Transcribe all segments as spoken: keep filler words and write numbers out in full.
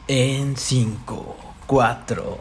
En cinco, cuatro,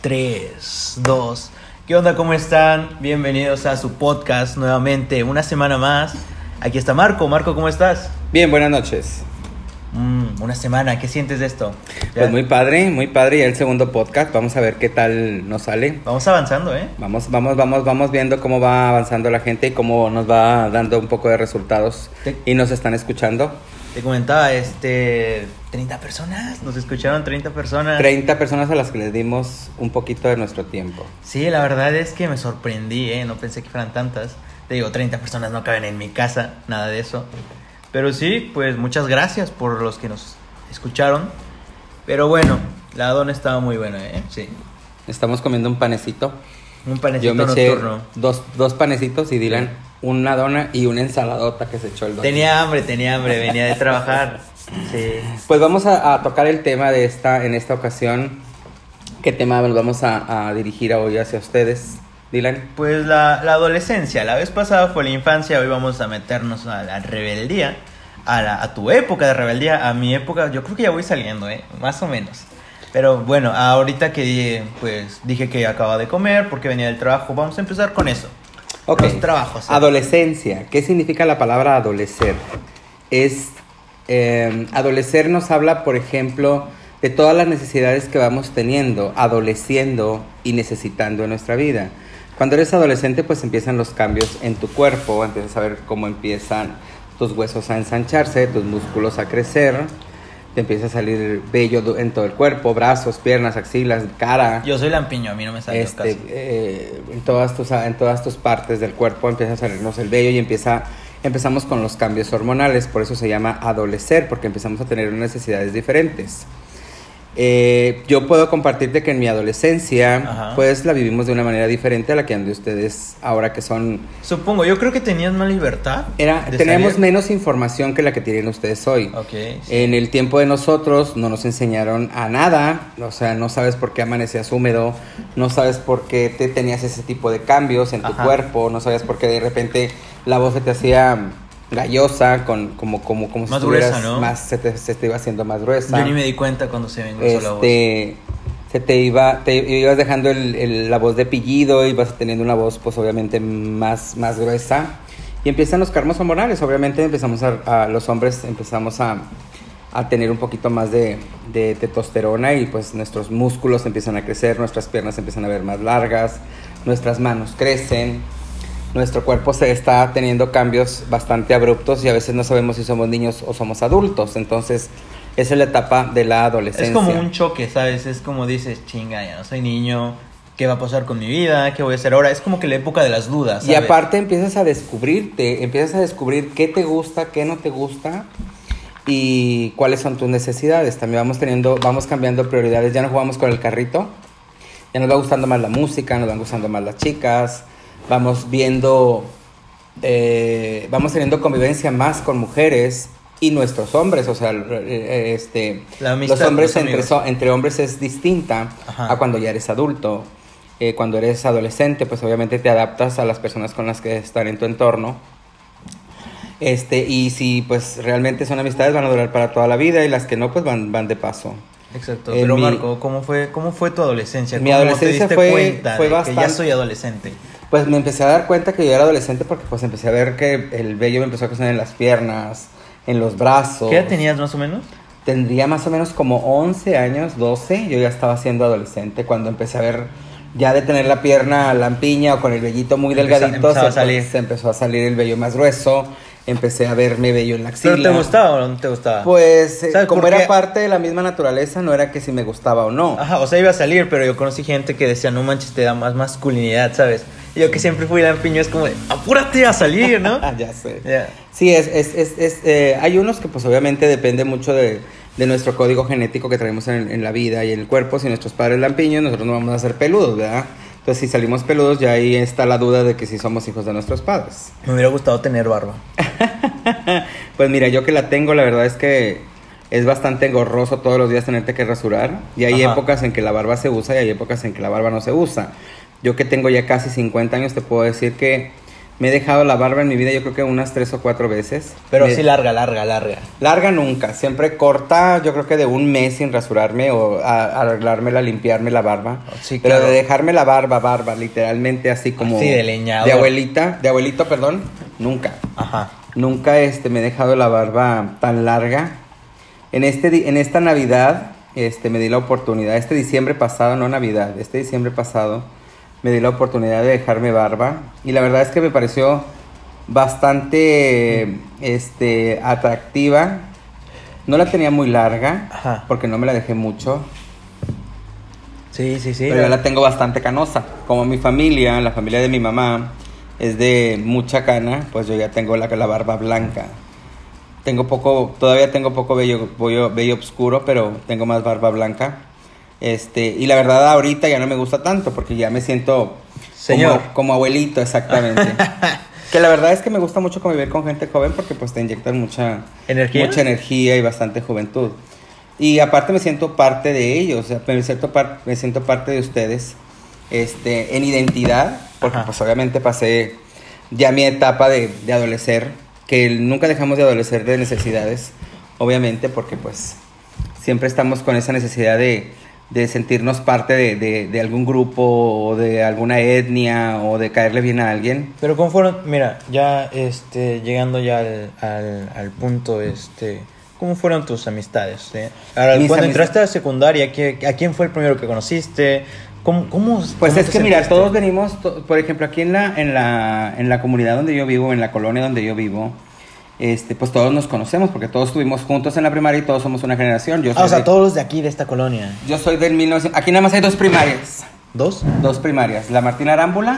tres, dos. ¿Qué onda? ¿Cómo están? Bienvenidos a su podcast nuevamente, una semana más. Aquí está Marco. Marco, ¿cómo estás? Bien, buenas noches. Mm, una semana, ¿qué sientes de esto? ¿Ya? Pues muy padre, muy padre. Ya el segundo podcast, vamos a ver qué tal nos sale. Vamos avanzando, ¿eh? Vamos, vamos, vamos, vamos viendo cómo va avanzando la gente y cómo nos va dando un poco de resultados. Te- Y nos están escuchando. Te comentaba, este... treinta personas, nos escucharon treinta personas. treinta personas a las que les dimos un poquito de nuestro tiempo. Sí, la verdad es que me sorprendí, ¿eh? No pensé que fueran tantas. Te digo, treinta personas no caben en mi casa, nada de eso. Pero sí, pues muchas gracias por los que nos escucharon. Pero bueno, la dona estaba muy buena, ¿eh? Sí. Estamos comiendo un panecito. Un panecito Yo me eché nocturno. dos, dos panecitos y Dylan Sí. una dona y una ensaladota que se echó el don. Tenía hambre, tenía hambre, venía de trabajar. Sí. Pues vamos a, a tocar el tema de esta en esta ocasión. ¿Qué tema nos vamos a, a dirigir hoy hacia ustedes, Dylan? Pues la, la adolescencia, la vez pasada fue la infancia, hoy vamos a meternos a la rebeldía, a, la, a tu época de rebeldía, a mi época, yo creo que ya voy saliendo, ¿eh? Más o menos. Pero bueno, ahorita que pues dije que acababa de comer porque venía del trabajo, vamos a empezar con eso. Ok. Los trabajos. ¿eh? Adolescencia. ¿Qué significa la palabra adolecer? Es eh, adolecer nos habla, por ejemplo, de todas las necesidades que vamos teniendo, adoleciendo y necesitando en nuestra vida. Cuando eres adolescente, pues empiezan los cambios en tu cuerpo, empiezas a ver cómo empiezan tus huesos a ensancharse, tus músculos a crecer, te empieza a salir vello en todo el cuerpo, brazos, piernas, axilas, cara. Yo soy lampiño, a mí no me salió Este, casi. eh, en todas tus en todas tus partes del cuerpo empieza a salirnos el vello y empieza empezamos con los cambios hormonales, por eso se llama adolecer, porque empezamos a tener necesidades diferentes. Eh, yo puedo compartirte que en mi adolescencia, Ajá. pues la vivimos de una manera diferente a la que han de ustedes ahora que son. Supongo, yo creo que tenías más libertad. Era, de teníamos salir. menos información que la que tienen ustedes hoy. Ok, sí. En el tiempo de nosotros no nos enseñaron a nada, o sea, no sabes por qué amanecías húmedo, no sabes por qué te tenías ese tipo de cambios en tu Ajá. cuerpo, no sabías por qué de repente la voz se te hacía gallosa, con, como, como, como Más si estuvieras gruesa, ¿no? más, se te, se te iba haciendo más gruesa. Yo ni me di cuenta cuando se me engrosó la voz. Este, se te iba, te ibas dejando el, el, la voz de pillido, ibas teniendo una voz pues obviamente más, más gruesa. Y empiezan los cambios hormonales, obviamente empezamos a, a los hombres empezamos a, a tener un poquito más de, de testosterona y pues nuestros músculos empiezan a crecer, nuestras piernas empiezan a ver más largas, nuestras manos crecen, nuestro cuerpo se está teniendo cambios bastante abruptos y a veces no sabemos si somos niños o somos adultos, entonces esa es la etapa de la adolescencia. Es como un choque, ¿sabes? Es como dices, chinga, ya no soy niño, ¿qué va a pasar con mi vida? ¿Qué voy a hacer ahora? Es como que la época de las dudas, ¿sabes? Y aparte empiezas a descubrirte, empiezas a descubrir qué te gusta, qué no te gusta y cuáles son tus necesidades. También vamos teniendo, vamos cambiando prioridades, ya no jugamos con el carrito, ya nos va gustando más la música, nos van gustando más las chicas, vamos viendo, eh, vamos teniendo convivencia más con mujeres y nuestros hombres, o sea, eh, este, La amistad, los hombres los entre, amigos. so- entre hombres es distinta Ajá. a cuando ya eres adulto. Eh, cuando eres adolescente, pues obviamente te adaptas a las personas con las que están en tu entorno. Este, y si pues realmente son amistades, van a durar para toda la vida, y las que no, pues van, van de paso. Exacto, En pero mi- Marco, ¿cómo fue, cómo fue tu adolescencia? Mi ¿Cómo adolescencia te diste fue- cuenta fue de que bastante- ya soy adolescente? Pues me empecé a dar cuenta que yo era adolescente porque pues empecé a ver que el vello me empezó a crecer en las piernas, en los brazos. ¿Qué edad tenías más o menos? Tendría más o menos como once años, doce, yo ya estaba siendo adolescente cuando empecé a ver ya de tener la pierna lampiña o con el vellito muy Empezó- delgadito, empezaba se, a salir. se empezó a salir el vello más grueso, empecé a verme vello en la axila. ¿Pero te gustaba o no te gustaba? Pues eh, ¿Sabes como por era qué? parte de la misma naturaleza, no era que si me gustaba o no. Ajá, o sea, iba a salir, pero yo conocí gente que decía, no manches, te da más masculinidad, ¿sabes? Y yo que siempre fui lampiño, es como de, apúrate a salir, ¿no? Ya sé. Ya. Sí, es, es, es, es, eh, hay unos que pues obviamente depende mucho de, de nuestro código genético que traemos en, en la vida y en el cuerpo. Si nuestros padres lampiños, nosotros no vamos a ser peludos, ¿verdad? Entonces si salimos peludos, ya ahí está la duda de que si somos hijos de nuestros padres. Me hubiera gustado tener barba. Pues mira, yo que la tengo, la verdad es que es bastante engorroso todos los días tenerte que rasurar. Y hay Ajá. épocas en que la barba se usa y hay épocas en que la barba no se usa. Yo que tengo ya casi cincuenta años, te puedo decir que Me he dejado la barba en mi vida yo creo que unas tres o cuatro veces. Pero me... sí larga, larga, larga. Larga nunca, siempre corta, yo creo que de un mes sin rasurarme o a, arreglármela, limpiarme la barba. Sí, pero claro. de dejarme la barba, barba, literalmente así como... Así de leñador. De abuelita, de abuelito, perdón, nunca. Ajá. Nunca este, me he dejado la barba tan larga. En, este, en esta Navidad este, me di la oportunidad, este diciembre pasado, no Navidad, este diciembre pasado... me di la oportunidad de dejarme barba y la verdad es que me pareció bastante este, atractiva. No la tenía muy larga, Ajá. porque no me la dejé mucho. Sí, sí, sí. Pero yo la tengo bastante canosa. Como mi familia, la familia de mi mamá, es de mucha cana, pues yo ya tengo la, la barba blanca. Tengo poco, todavía tengo poco vello, vello, vello oscuro, pero tengo más barba blanca. Este, y la verdad ahorita ya no me gusta tanto porque ya me siento Señor. Como, como abuelito, exactamente. Que la verdad es que me gusta mucho convivir con gente joven porque pues te inyectan mucha energía, mucha energía y bastante juventud. Y aparte me siento parte de ellos, o sea, me siento, par, me siento parte de ustedes este, en identidad, porque Ajá. pues obviamente pasé ya mi etapa de, de adolecer, que nunca dejamos de adolecer de necesidades, obviamente porque pues siempre estamos con esa necesidad de de sentirnos parte de, de, de algún grupo o de alguna etnia o de caerle bien a alguien. Pero cómo fueron, mira, ya este, llegando ya al, al, al punto, este, ¿cómo fueron tus amistades? ¿Eh? Ahora, Mis cuando amist- entraste a la secundaria, ¿a quién fue el primero que conociste? ¿Cómo, cómo, pues cómo es que mira, sentiste? todos venimos, to- por ejemplo, aquí en la, en la, en la comunidad donde yo vivo, en la colonia donde yo vivo, Este, pues todos nos conocemos porque todos estuvimos juntos en la primaria y todos somos una generación. Yo soy Ah, o sea, de, todos los de aquí, de esta colonia. Yo soy del mil novecientos... Aquí nada más hay dos primarias. ¿Dos? Dos primarias. La Martín Arámbula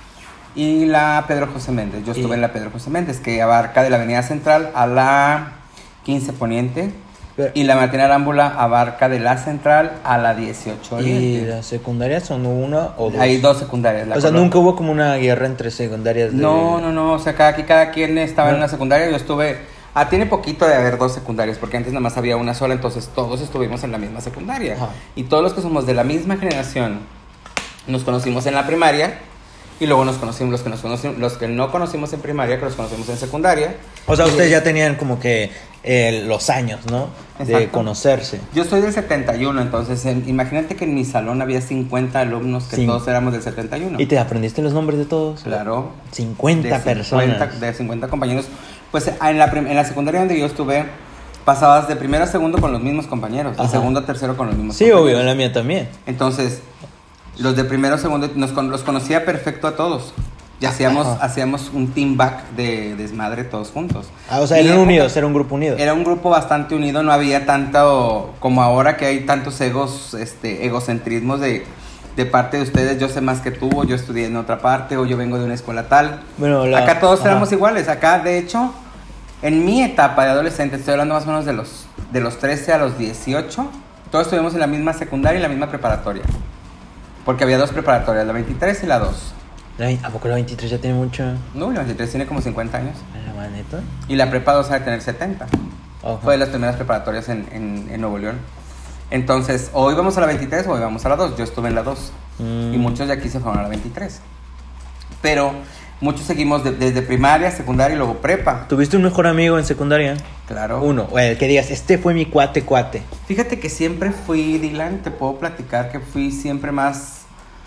y la Pedro José Méndez. Yo estuve y... en la Pedro José Méndez, que abarca de la Avenida Central a la quince Poniente. Pero... Y la Martín Arámbula abarca de la Central a la dieciocho Oriente. ¿Y las secundarias son una o dos? Hay dos secundarias. O sea, colonia. Nunca hubo como una guerra entre secundarias. De... No, no, no. O sea, cada, aquí cada quien estaba ¿No? en una secundaria. Yo estuve... Ah, tiene poquito de haber dos secundarias, porque antes nada más había una sola, entonces todos estuvimos en la misma secundaria. Ajá. Y todos los que somos de la misma generación nos conocimos en la primaria y luego nos conocimos los que nos conocimos, los que no conocimos en primaria, que los conocimos en secundaria. O sea, ustedes ya tenían como que eh, los años, ¿no? Exacto. De conocerse. Yo soy del setenta y uno, entonces en, imagínate que en mi salón había cincuenta alumnos que sí. todos éramos del setenta y uno. ¿Y te aprendiste los nombres de todos? Claro. cincuenta personas. cincuenta, de cincuenta compañeros. Pues en la, en la secundaria donde yo estuve, pasabas de primero a segundo con los mismos compañeros, de Ajá. segundo a tercero con los mismos sí, compañeros. Sí, obvio, en la mía también. Entonces, los de primero a segundo, nos, los conocía perfecto a todos. Y hacíamos, hacíamos un team back de desmadre todos juntos. Ah, o sea, eran unidos, era un grupo unido. Era un grupo bastante unido, no había tanto, como ahora que hay tantos egos, este, egocentrismos de... de parte de ustedes, yo sé más que tú, o yo estudié en otra parte, o yo vengo de una escuela tal. Bueno, la... Acá todos Ajá. éramos iguales. Acá, de hecho, en mi etapa de adolescente, estoy hablando más o menos de los, de los trece a los dieciocho, todos estuvimos en la misma secundaria y la misma preparatoria. Porque había dos preparatorias, la veintitrés y la dos. ¿A poco la veintitrés ya tiene mucho? No, la veintitrés tiene como cincuenta años. ¿La neta? Y la prepa dos ha de tener setenta. Ajá. Fue de las primeras preparatorias en, en, en Nuevo León. Entonces, o íbamos a la veintitrés o íbamos a la dos. Yo estuve en la dos. Mm. Y muchos de aquí se fueron a la veintitrés. Pero muchos seguimos de, desde primaria, secundaria y luego prepa. ¿Tuviste un mejor amigo en secundaria? Claro. Uno, o el que digas, este fue mi cuate cuate. Fíjate que siempre fui, Dylan, te puedo platicar que fui siempre más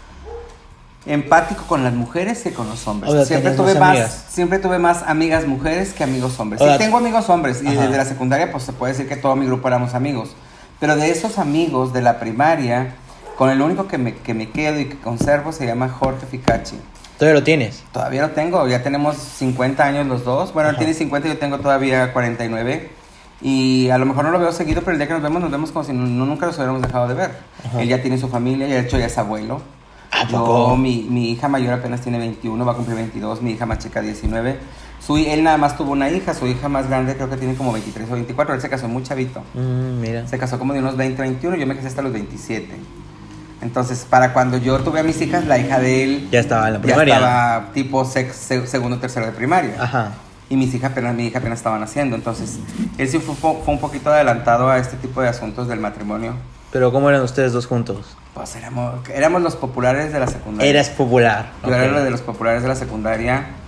empático con las mujeres que con los hombres. O sea, siempre tuve más, más siempre tuve más amigas mujeres que amigos hombres. Sí, tengo amigos hombres. Y Ajá. desde la secundaria pues se puede decir que todo mi grupo éramos amigos. Pero de esos amigos de la primaria, con el único que me, que me quedo y que conservo se llama Jorge Ficacci. ¿Todavía lo tienes? Todavía lo tengo, ya tenemos cincuenta años los dos. Bueno, Ajá. él tiene cincuenta y yo tengo todavía cuarenta y nueve. Y a lo mejor no lo veo seguido, pero el día que nos vemos, nos vemos como si no, no, nunca los hubiéramos dejado de ver. Ajá. Él ya tiene su familia, y de hecho ya es abuelo. Yo, mi, mi hija mayor apenas tiene veintiuno, va a cumplir veintidós, mi hija más chica diecinueve. Su, él nada más tuvo una hija, su hija más grande creo que tiene como veintitrés o veinticuatro, él se casó muy chavito. Mm, mira. Se casó como de unos veinte, veintiuno, yo me casé hasta los veintisiete. Entonces, para cuando yo tuve a mis hijas, la hija de él... Ya estaba en la primaria. Ya estaba tipo sex, se, segundo, tercero de primaria. Ajá. Y mis hijas apenas, mi hija apenas estaban haciendo. Entonces, él sí fue, fue un poquito adelantado a este tipo de asuntos del matrimonio. ¿Pero cómo eran ustedes dos juntos? Pues éramos, éramos los populares de la secundaria. Eras popular. Yo okay. era de los populares de la secundaria.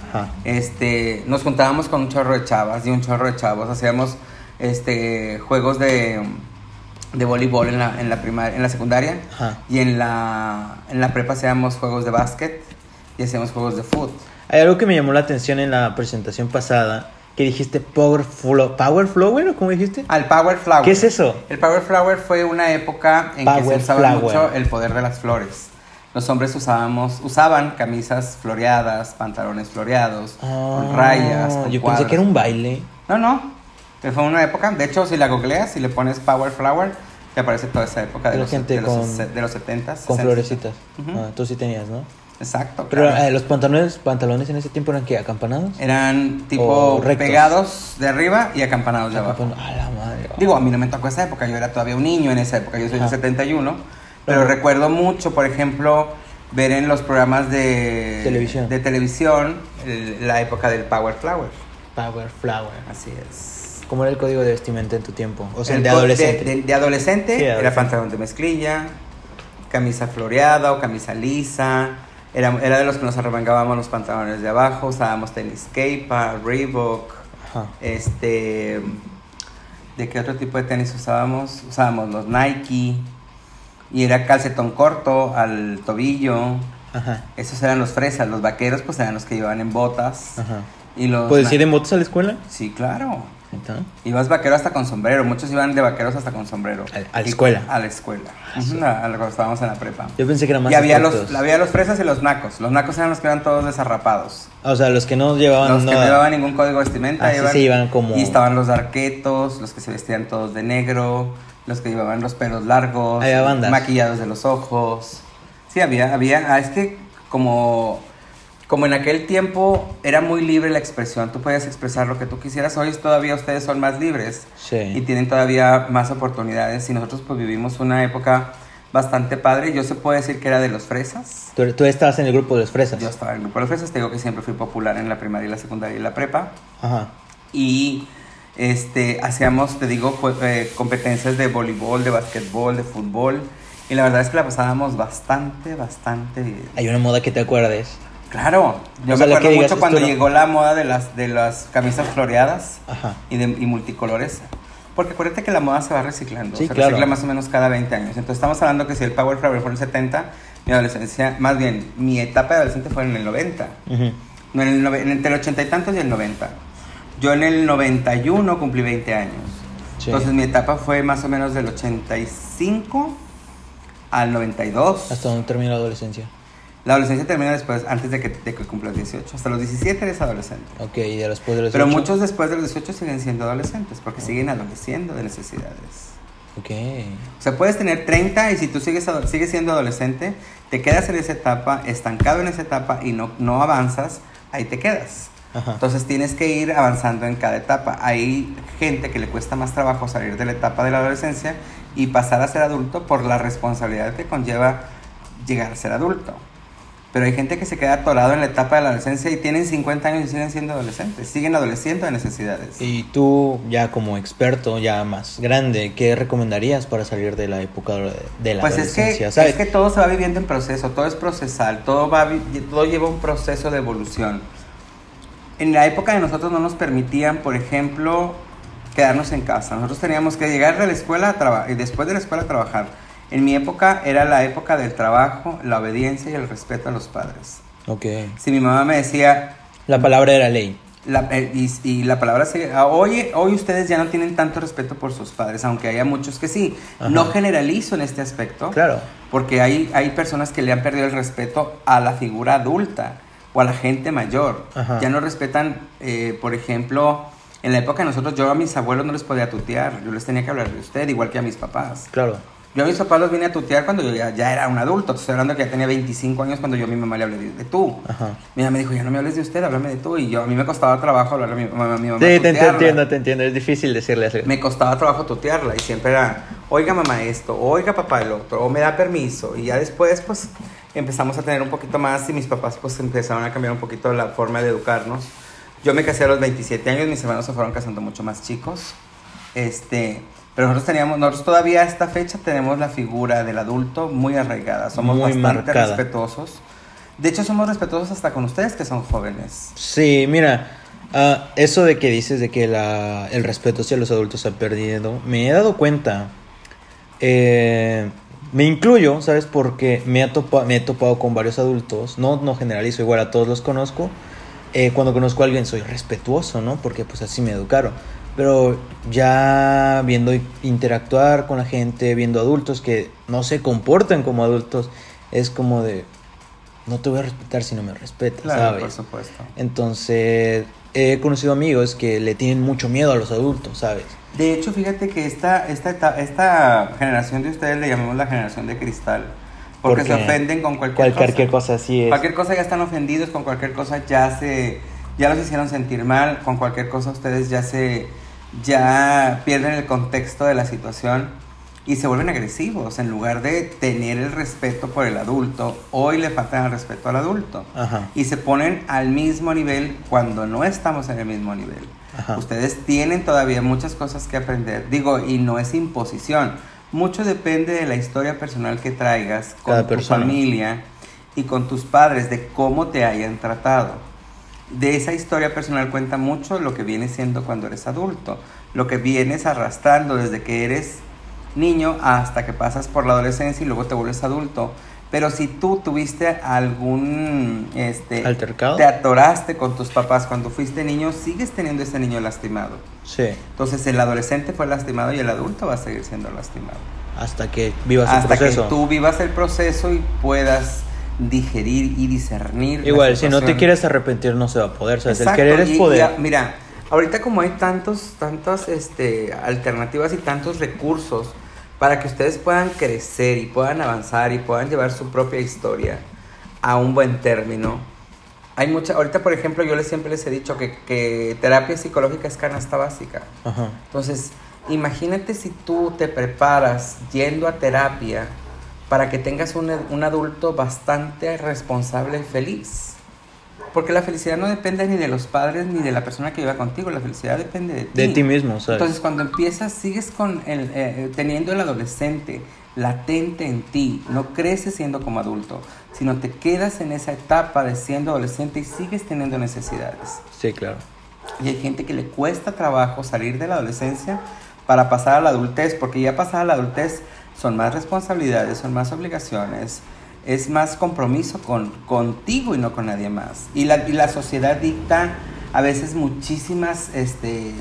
Ajá. Este, nos juntábamos con un chorro de chavas y un chorro de chavos. Hacíamos este, juegos de, de voleibol en la, en la primaria, en la secundaria. Ajá. Y en la, en la prepa hacíamos juegos de básquet y hacíamos juegos de fútbol. Hay algo que me llamó la atención en la presentación pasada, que dijiste Power Flower, ¿Power Flower o cómo dijiste? Al Power Flower. ¿Qué es eso? El Power Flower fue una época en Power que se usaba Flower. mucho el poder de las flores. Los hombres usábamos, usaban camisas floreadas, pantalones floreados, Ah, con rayas, con yo cuadros. pensé que era un baile. No, no. Que fue una época. De hecho, si la googleas, si le pones Power Flower, te aparece toda esa época de, La los, gente de, los, con- de los setentas. Con sesenta. florecitas. Ujú. Ah, tú sí tenías, ¿no? Exacto. Pero claro. eh, los pantalones, pantalones en ese tiempo eran ¿qué? ¿Acampanados? Eran tipo O rectos. pegados de arriba y acampanados de abajo. Acampanados. A la madre. Digo, a mí no me tocó esa época, yo era todavía un niño en esa época, yo soy del Ajá. setenta y uno, pero Ajá. recuerdo mucho, por ejemplo, ver en los programas de Televisión. de televisión el- la época del Power Flower. Power Flower. Así es. ¿Cómo era el código de vestimenta en tu tiempo? O sea, el, El de co- adolescente. De, de- de adolescente Sí, era adolescente. pantalón de mezclilla, camisa floreada o camisa lisa. Era, era de los que nos arremangábamos los pantalones de abajo, usábamos tenis Kepa, Reebok. Ajá. Este, ¿de qué otro tipo de tenis usábamos? Usábamos los Nike y era calcetón corto al tobillo. Ajá. Esos eran los fresas, los vaqueros pues eran los que iban en botas. Ajá. Y los ¿Puedes na- ir en motos a la escuela? Sí, claro. ¿Neta? Ibas vaquero hasta con sombrero, muchos iban de vaqueros hasta con sombrero. A- a la Y- escuela. A la escuela. Ujú, a- a la- cuando estábamos en la prepa. Yo pensé que era más Y había efectos. los, había los fresas y los nacos. Los nacos eran los que eran todos desarrapados. O sea, los que no llevaban Los que nada. no llevaban ningún código de vestimenta. Así se iban como- Y estaban los arquetos, los que se vestían todos de negro, los que llevaban los pelos largos, Había bandas. maquillados de los ojos. Sí, había, había, ah, es que como, como en aquel tiempo era muy libre la expresión, tú podías expresar lo que tú quisieras, hoy todavía ustedes son más libres Sí. y tienen todavía más oportunidades y nosotros pues vivimos una época bastante padre. Yo se puede decir que era de los fresas. Tú, tú estabas en el grupo de los fresas. Yo estaba en el grupo de los fresas, te digo que siempre fui popular en la primaria y la secundaria y la prepa. Ajá. Y este, hacíamos, te digo, pues, eh, competencias de voleibol, de básquetbol, de fútbol. Y la verdad es que la pasábamos bastante, bastante bien. Hay una moda que te acuerdes. Claro, yo O sea, me la acuerdo que digas, mucho cuando esto no- llegó la moda de las, de las camisas floreadas Ajá. y, de, y multicolores. Porque acuérdate que la moda se va reciclando. Sí, se claro. recicla más o menos cada veinte años. Entonces estamos hablando que si el Power Flower fue en el setenta, mi adolescencia, más bien, mi etapa de adolescente fue en el noventa. Ujú. No, en el nove- en- entre el ochenta y tantos y el noventa. Yo en el noventa y uno cumplí veinte años. Sí. Entonces mi etapa fue más o menos del ochenta y cinco al noventa y dos. ¿Hasta dónde terminó la adolescencia? La adolescencia termina después, antes de que, de que cumplas dieciocho. Hasta los diecisiete eres adolescente. Ok, y de después de los Pero dieciocho? muchos después de los dieciocho siguen siendo adolescentes porque siguen adoleciendo de necesidades. Ok. O sea, puedes tener treinta y si tú sigues, ado- sigues siendo adolescente, te quedas en esa etapa, estancado en esa etapa y no, no avanzas, ahí te quedas. Ajá. Entonces tienes que ir avanzando en cada etapa. Hay gente que le cuesta más trabajo salir de la etapa de la adolescencia y pasar a ser adulto por la responsabilidad que conlleva llegar a ser adulto. Pero hay gente que se queda atorado en la etapa de la adolescencia y tienen cincuenta años y siguen siendo adolescentes, siguen adoleciendo de necesidades. Y tú, ya como experto, ya más grande, ¿qué recomendarías para salir de la época de la Pues es que, adolescencia? es ¿Sabes? que todo se va viviendo en proceso, todo es procesal, todo, va, vi- todo lleva un proceso de evolución. En la época de nosotros no nos permitían, por ejemplo, quedarnos en casa. Nosotros teníamos que llegar de la escuela a trabajar y después de la escuela a trabajar. En mi época era la época del trabajo, la obediencia y el respeto a los padres. Ok. Si mi mamá me decía, La palabra era ley. la, eh, y, y la palabra se, ah, hoy, hoy ustedes ya no tienen tanto respeto por sus padres, aunque haya muchos que sí. Ajá. No generalizo en este aspecto. Claro. Porque hay, hay personas que le han perdido el respeto a la figura adulta o a la gente mayor. Ajá. Ya no respetan, eh, por ejemplo, en la época de nosotros, yo a mis abuelos no les podía tutear, yo les tenía que hablar de usted, igual que a mis papás. Claro. Yo a mis papás los vine a tutear cuando yo ya, ya era un adulto, te estoy hablando que ya tenía veinticinco años cuando yo a mi mamá le hablé de, de tú. Ajá. Mi mamá me dijo, ya no me hables de usted, háblame de tú. Y yo, a mí me costaba trabajo hablarle a mi, mamá- a mi mamá. Sí, te, te tutearla. entiendo, te entiendo. Es difícil decirle así. Me costaba trabajo tutearla y siempre era, oiga mamá esto, oiga papá el otro, o me da permiso. Y ya después pues empezamos a tener un poquito más y mis papás pues empezaron a cambiar un poquito la forma de educarnos. Yo me casé a los veintisiete años, mis hermanos se fueron casando mucho más chicos. Este, pero nosotros teníamos, nosotros todavía a esta fecha tenemos la figura del adulto muy arraigada. Somos Muy bastante marcada. respetuosos De hecho, somos respetuosos hasta con ustedes que son jóvenes. Sí, mira, uh, eso de que dices de que la, el respeto hacia los adultos se ha perdido, me he dado cuenta, eh, me incluyo, ¿sabes? Porque me, ha topa, me he topado con varios adultos, no, no generalizo, igual a todos los conozco. Eh, cuando conozco a alguien soy respetuoso, ¿no? Porque pues así me educaron. Pero ya viendo interactuar con la gente, viendo adultos que no se comportan como adultos, es como de... no te voy a respetar si no me respetas, claro, ¿sabes? Por supuesto. Entonces, he conocido amigos que le tienen mucho miedo a los adultos, ¿sabes? De hecho, fíjate que esta, esta, esta generación de ustedes le llamamos la generación de cristal. Porque, porque se ofenden con cualquier, cualquier cosa. cosa, así es. Cualquier cosa ya están ofendidos, con cualquier cosa ya se... ya los hicieron sentir mal, con cualquier cosa ustedes ya se... ya pierden el contexto de la situación y se vuelven agresivos en lugar de tener el respeto por el adulto. Hoy le faltan el respeto al adulto. Ajá. Y se ponen al mismo nivel cuando no estamos en el mismo nivel. Ajá. Ustedes tienen todavía muchas cosas que aprender, digo, y no es imposición, mucho depende de la historia personal que traigas con Cada tu persona. familia y con tus padres, de cómo te hayan tratado. De esa historia personal cuenta mucho lo que vienes siendo cuando eres adulto, lo que vienes arrastrando desde que eres niño hasta que pasas por la adolescencia y luego te vuelves adulto. Pero si tú tuviste algún este altercado, te atoraste con tus papás cuando fuiste niño, sigues teniendo ese niño lastimado. Sí. Entonces el adolescente fue lastimado y el adulto va a seguir siendo lastimado. Hasta que vivas el hasta proceso. Hasta que tú vivas el proceso y puedas digerir y discernir. Igual, si no te quieres arrepentir no se va a poder, ¿sabes? Exacto. El querer es y, poder. Y, mira, ahorita como hay tantos, tantas este, alternativas y tantos recursos para que ustedes puedan crecer y puedan avanzar y puedan llevar su propia historia a un buen término. Hay mucha, ahorita por ejemplo yo les siempre les he dicho que, que terapia psicológica es canasta básica. Ajá. Entonces, imagínate si tú te preparas yendo a terapia para que tengas un, un adulto bastante responsable y feliz. Porque la felicidad no depende ni de los padres ni de la persona que viva contigo, la felicidad depende de ti. De ti mismo, ¿sabes? Entonces, cuando empiezas, sigues con el, eh, teniendo el adolescente latente en ti, no creces siendo como adulto, sino te quedas en esa etapa de siendo adolescente y sigues teniendo necesidades. Sí, claro. Y hay gente que le cuesta trabajo salir de la adolescencia para pasar a la adultez, porque ya pasar a la adultez son más responsabilidades, son más obligaciones, es más compromiso con, contigo y no con nadie más. Y la, y la sociedad dicta a veces muchísimas este,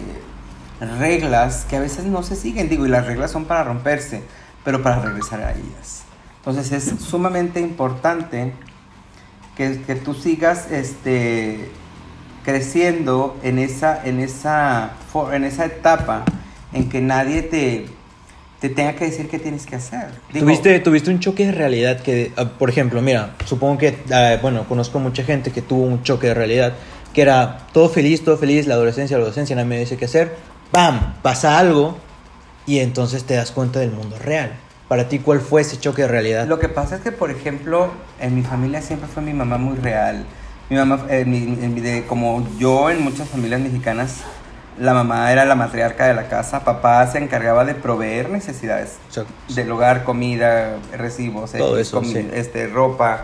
reglas que a veces no se siguen. Digo, y las reglas son para romperse, pero para regresar a ellas. Entonces es sumamente importante que, que tú sigas este, creciendo en esa, en, esa, en esa etapa en que nadie te... te tenga que decir qué tienes que hacer. Digo, ¿Tuviste, tuviste un choque de realidad que, uh, por ejemplo, mira, supongo que, uh, bueno, conozco mucha gente que tuvo un choque de realidad, que era todo feliz, todo feliz, la adolescencia, la adolescencia, nadie me dice qué hacer, ¡pam!, pasa algo y entonces te das cuenta del mundo real. Para ti, ¿cuál fue ese choque de realidad? Lo que pasa es que, por ejemplo, en mi familia siempre fue mi mamá muy real. Mi mamá, eh, mi, mi, de, como yo en muchas familias mexicanas, la mamá era la matriarca de la casa, papá se encargaba de proveer necesidades Exacto. del hogar, comida, recibos, todo eh, eso, comi- sí. este, ropa.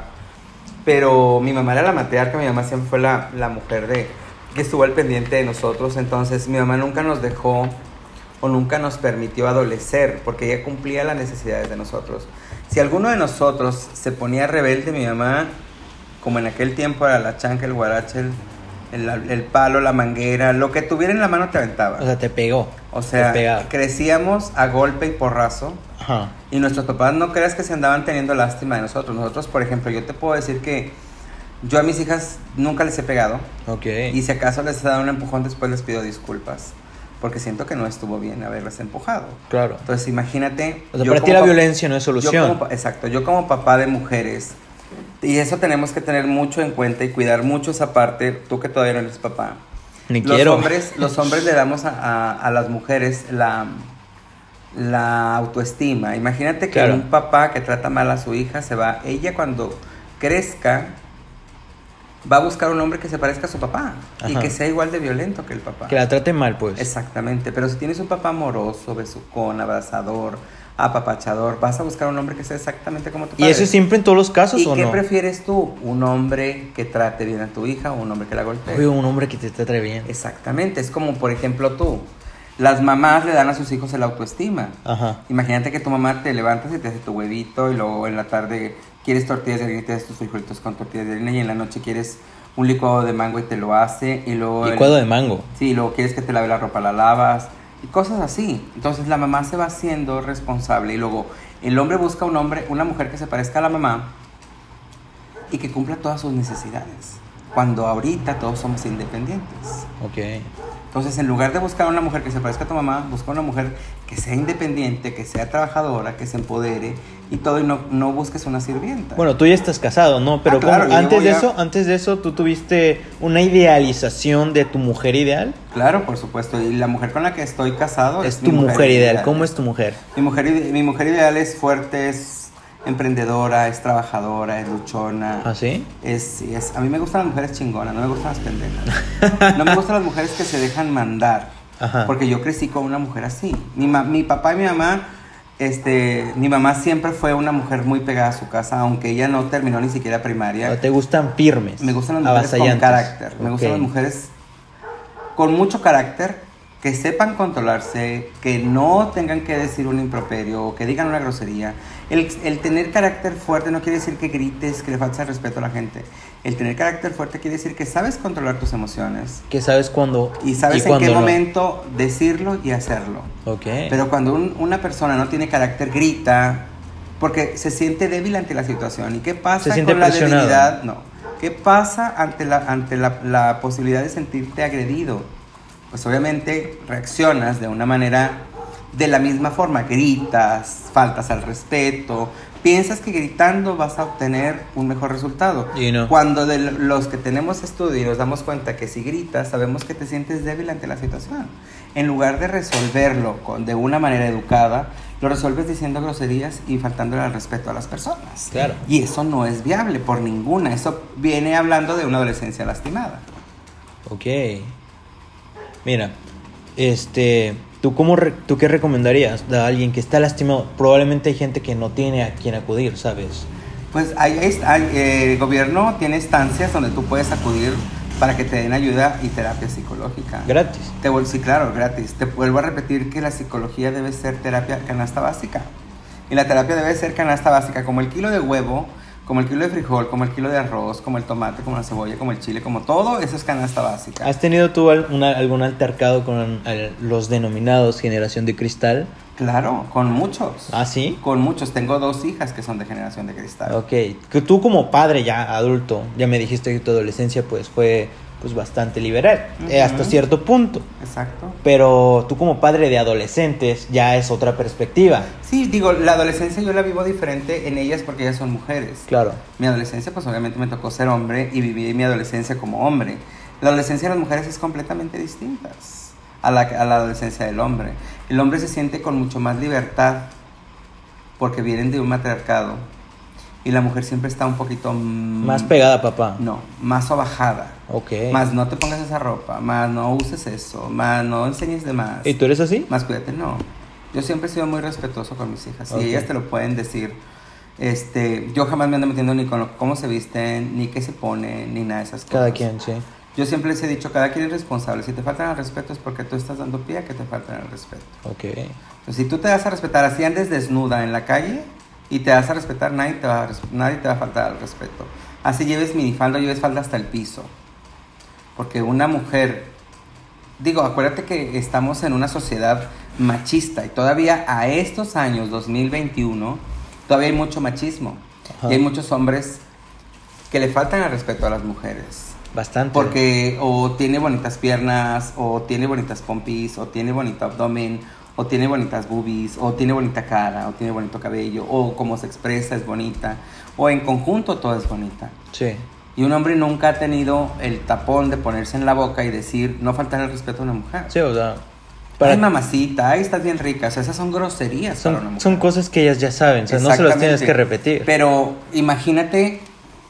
Pero mi mamá era la matriarca, mi mamá siempre fue la, la mujer de, que estuvo al pendiente de nosotros. Entonces mi mamá nunca nos dejó o nunca nos permitió adolecer, porque ella cumplía las necesidades de nosotros. Si alguno de nosotros se ponía rebelde, mi mamá, como en aquel tiempo era la chanca, el guarache, el El, el palo, la manguera, lo que tuviera en la mano te aventaba. O sea, te pegó. O sea, te pegaba. Crecíamos a golpe y porrazo. Ajá. Y nuestros papás no creas que se andaban teniendo lástima de nosotros. Nosotros, por ejemplo, yo te puedo decir que yo a mis hijas nunca les he pegado. Ok. Y si acaso les he dado un empujón, después les pido disculpas. Porque siento que no estuvo bien haberles empujado. Claro. Entonces, imagínate. O sea, para ti la pa- violencia no es solución. Yo como, exacto. Yo como papá de mujeres, y eso tenemos que tener mucho en cuenta y cuidar mucho esa parte, tú que todavía no eres papá. Ni los quiero. Hombres, los hombres le damos a, a, a las mujeres la, la autoestima. Imagínate que Claro. un papá que trata mal a su hija, se va, ella cuando crezca, va a buscar un hombre que se parezca a su papá. Ajá. Y que sea igual de violento que el papá. Que la trate mal, pues. Exactamente, pero si tienes un papá amoroso, besucón, abrazador, apapachador. Vas a buscar un hombre que sea exactamente como tu padre. ¿Y eso es siempre en todos los casos ¿Y o qué no? prefieres tú? ¿Un hombre que trate bien a tu hija o un hombre que la golpee? Oye, un hombre que te trate bien. Exactamente, es como por ejemplo tú. Las mamás le dan a sus hijos el autoestima. Ajá. Imagínate que tu mamá te levantas y te hace tu huevito y luego en la tarde quieres tortillas de harina y te haces tus frijolitos con tortillas de harina y en la noche quieres un licuado de mango y te lo hace y luego... Licuado el... de mango. Sí, y luego quieres que te lave la ropa, la lavas y cosas así. Entonces la mamá se va haciendo responsable y luego el hombre busca un hombre, una mujer que se parezca a la mamá y que cumpla todas sus necesidades. Cuando ahorita todos somos independientes. Ok. Entonces, en lugar de buscar una mujer que se parezca a tu mamá, busca una mujer que sea independiente, que sea trabajadora, que se empodere y todo, y no, no busques una sirvienta. Bueno, tú ya estás casado, ¿no? Pero Ah, claro, ¿cómo? yo antes de ya- eso, antes de eso, ¿tú tuviste una idealización de tu mujer ideal? Claro, por supuesto. Y la mujer con la que estoy casado Es mi tu mujer ideal. ¿Cómo es tu mujer? Mi mujer, ide- mi mujer ideal es fuerte, es emprendedora, es trabajadora, es luchona. ¿Ah, sí? Es, sí, es, a mí me gustan las mujeres chingonas, no me gustan las pendejas. No me gustan las mujeres que se dejan mandar. Ajá. Porque yo crecí con una mujer así. Mi, ma- mi papá y mi mamá, este, mi mamá siempre fue una mujer muy pegada a su casa, aunque ella no terminó ni siquiera primaria. ¿O te gustan firmes? Me gustan las mujeres con avasallantes? carácter. Me Ok. gustan las mujeres con mucho carácter, que sepan controlarse, que no tengan que decir un improperio o que digan una grosería. El, el tener carácter fuerte no quiere decir que grites, que le faltes el respeto a la gente. El tener carácter fuerte quiere decir que sabes controlar tus emociones Que sabes cuándo y sabes en cuándo qué no. momento decirlo y hacerlo. Ok. Pero cuando un- una persona no tiene carácter, grita, porque se siente débil ante la situación. ¿Y qué pasa Se siente con la presionado. debilidad? No. ¿Qué pasa ante la, ante la, la posibilidad de sentirte agredido? Pues obviamente reaccionas de una manera, de la misma forma, gritas, faltas al respeto, piensas que gritando vas a obtener un mejor resultado. Y no. Cuando de los que tenemos estudio y nos damos cuenta que si gritas, sabemos que te sientes débil ante la situación. En lugar de resolverlo con, de una manera educada, lo resuelves diciendo groserías y faltándole al respeto a las personas. Claro. Y eso no es viable por ninguna. Eso viene hablando de una adolescencia lastimada. Ok. Mira, este, ¿tú, cómo re- ¿tú qué recomendarías a alguien que está lastimado? Probablemente hay gente que no tiene a quien acudir, ¿sabes? Pues hay, hay- hay, eh, el gobierno tiene estancias donde tú puedes acudir para que te den ayuda y terapia psicológica. Gratis. Te vuel- sí, claro, gratis. Te vuelvo a repetir que la psicología debe ser terapia canasta básica. Y la terapia debe ser canasta básica, como el kilo de huevo, como el kilo de frijol, como el kilo de arroz, como el tomate, como la cebolla, como el chile, como todo, eso es canasta básica. ¿Has tenido tú al- una- algún altercado con al- los denominados generación de cristal? Claro, con muchos. ¿Ah, sí? Con muchos. Tengo dos hijas que son de generación de cristal. Ok. Que tú como padre ya adulto, ya me dijiste que tu adolescencia pues fue pues bastante liberal, eh, hasta Ujú. cierto punto. Exacto. Pero tú como padre de adolescentes ya es otra perspectiva. Sí, digo, la adolescencia yo la vivo diferente en ellas porque ellas son mujeres. Claro. Mi adolescencia, pues obviamente me tocó ser hombre y viví mi adolescencia como hombre. La adolescencia de las mujeres es completamente distinta a la, a la adolescencia del hombre. El hombre se siente con mucho más libertad porque vienen de un matriarcado y la mujer siempre está un poquito... mm, Más pegada, papá. No, más sobajada. Ok. Más no te pongas esa ropa, más no uses eso, más no enseñes de más. ¿Y tú eres así? Más cuídate, no. Yo siempre he sido muy respetuoso con mis hijas Ok. y ellas te lo pueden decir. Este, yo jamás me ando metiendo ni con lo- cómo se visten, ni qué se ponen, ni nada de esas cosas. Cada quien, sí. Yo siempre les he dicho, cada quien es responsable. Si te faltan el respeto es porque tú estás dando pie a que te faltan el respeto. Ok. Entonces, si tú te das a respetar, así andes desnuda en la calle y te das a respetar, nadie te va a, res- nadie te va a faltar al respeto. Así lleves minifalda, lleves falda hasta el piso. Porque una mujer, digo, acuérdate que estamos en una sociedad machista y todavía a estos años, dos mil veintiuno, todavía hay mucho machismo. Ajá. Y hay muchos hombres que le faltan el respeto a las mujeres. Bastante. Porque o tiene bonitas piernas, o tiene bonitas pompis, o tiene bonito abdomen, o tiene bonitas boobies, o tiene bonita cara, o tiene bonito cabello, o como se expresa es bonita, o en conjunto todo es bonita. Sí. Y un hombre nunca ha tenido el tapón de ponerse en la boca y decir, no faltar el respeto a una mujer. Sí, o sea... Ay, mamacita, ay, estás bien rica. O sea, esas son groserías para una Son, mujer. son cosas que ellas ya saben, o sea, no se las tienes Exactamente. que repetir. Pero imagínate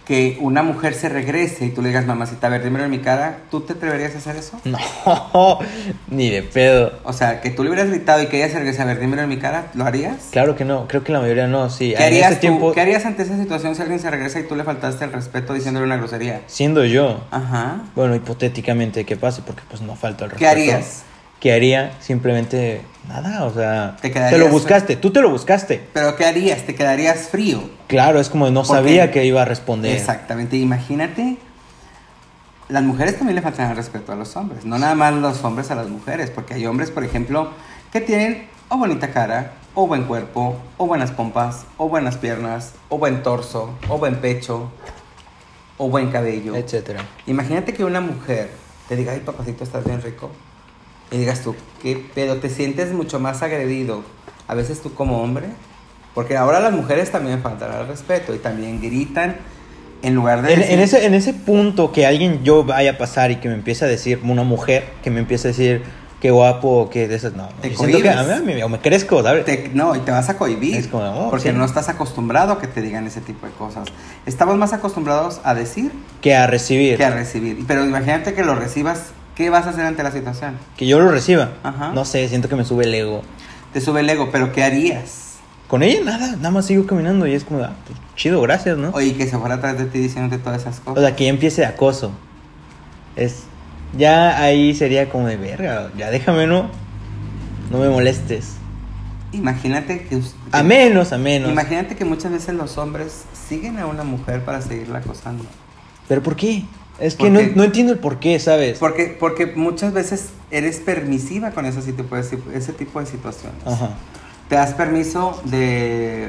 que una mujer se regrese y tú le digas, mamacita, a ver, dímelo en mi cara, ¿tú te atreverías a hacer eso? No, ni de pedo. O sea, que tú le hubieras gritado y que ella se regrese, a ver, dímelo en mi cara, ¿lo harías? Claro que no, creo que la mayoría no, sí. ¿Qué harías, ese tú, tiempo, ¿Qué harías ante esa situación si alguien se regresa y tú le faltaste el respeto diciéndole una grosería? siendo yo, Ajá. bueno, hipotéticamente que pase, porque pues no falta el respeto. ¿Qué harías? ¿Qué haría? Simplemente nada, o sea, Te te, quedarías- lo buscaste, tú te lo buscaste. ¿Pero qué harías? ¿Te quedarías frío? Claro, es como no ¿Por sabía qué? que iba a responder. Exactamente, imagínate, las mujeres también le faltan el respeto a los hombres, no nada más los hombres a las mujeres, porque hay hombres, por ejemplo, que tienen o bonita cara, o buen cuerpo, o buenas pompas, o buenas piernas, o buen torso, o buen pecho, o buen cabello. Etcétera. Imagínate que una mujer te diga, ay papacito, estás bien rico, y digas tú, ¿qué pedo? Te sientes mucho más agredido, a veces tú como hombre, porque ahora las mujeres también faltan al respeto y también gritan en lugar de En, decir- en ese, en ese punto que alguien yo vaya a pasar y que me empiece a decir, una mujer, que me empiece a decir qué guapo, que de esas, no, Te yo siento que cohibes. a mí me, o me crezco, ¿sabes? Te- no, y te vas a cohibir. Es como, oh, porque sí. no estás acostumbrado a que te digan ese tipo de cosas. Estamos más acostumbrados a decir Que a recibir, que a recibir. Pero imagínate que lo recibas, ¿qué vas a hacer ante la situación? que yo lo reciba. Ajá. No sé, siento que me sube el ego. Te sube el ego, pero ¿qué harías? Con ella nada, nada más sigo caminando y es como, ah, pues, chido, gracias, ¿no? Oye, que se fuera atrás de ti diciéndote todas esas O cosas. sea, que ya empiece de acoso. Es, ya ahí sería como de verga, ya déjame, no, no me molestes. Imagínate que... us- A menos, a menos. Imagínate que muchas veces los hombres siguen a una mujer para seguirla acosando. ¿Pero por qué? Es que ¿Por no, qué? no entiendo el por qué, ¿sabes? Porque, porque muchas veces eres permisiva con ese tipo de, ese tipo de situaciones. Ajá. Te das permiso de,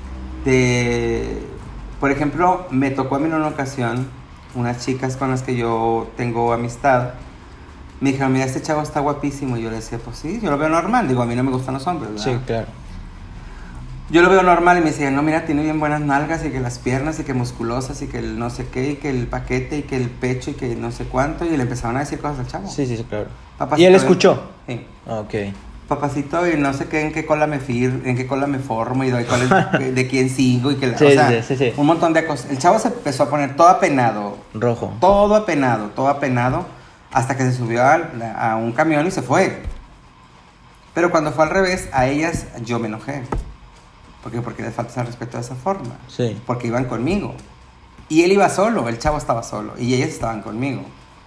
de, por ejemplo, me tocó a mí en una ocasión, unas chicas con las que yo tengo amistad, me dijeron, mira, este chavo está guapísimo, y yo le decía, pues sí, yo lo veo normal, digo, a mí no me gustan los hombres, ¿verdad? Sí, claro. Yo lo veo normal y me decían, no, mira, tiene bien buenas nalgas y que las piernas y que musculosas y que el no sé qué y que el paquete y que el pecho y que no sé cuánto, y le empezaban a decir cosas al chavo. Sí, sí, sí, claro. Papacito, ¿Y él ¿eh? escuchó? Sí. Ah, ok. Papacito, y no sé qué, en qué cola me fir, en qué cola me formo y doy cuál es, de quién sigo y que la- Sí, o sea, sí, sí, sí. un montón de cosas. El chavo se empezó a poner todo apenado, Rojo. todo apenado, todo apenado, hasta que se subió a, a un camión y se fue. Pero cuando fue al revés, a ellas yo me enojé. ¿Por qué? Porque les falta el respeto de esa forma. Sí. Porque iban conmigo. Y él iba solo, el chavo estaba solo, y ellas estaban conmigo.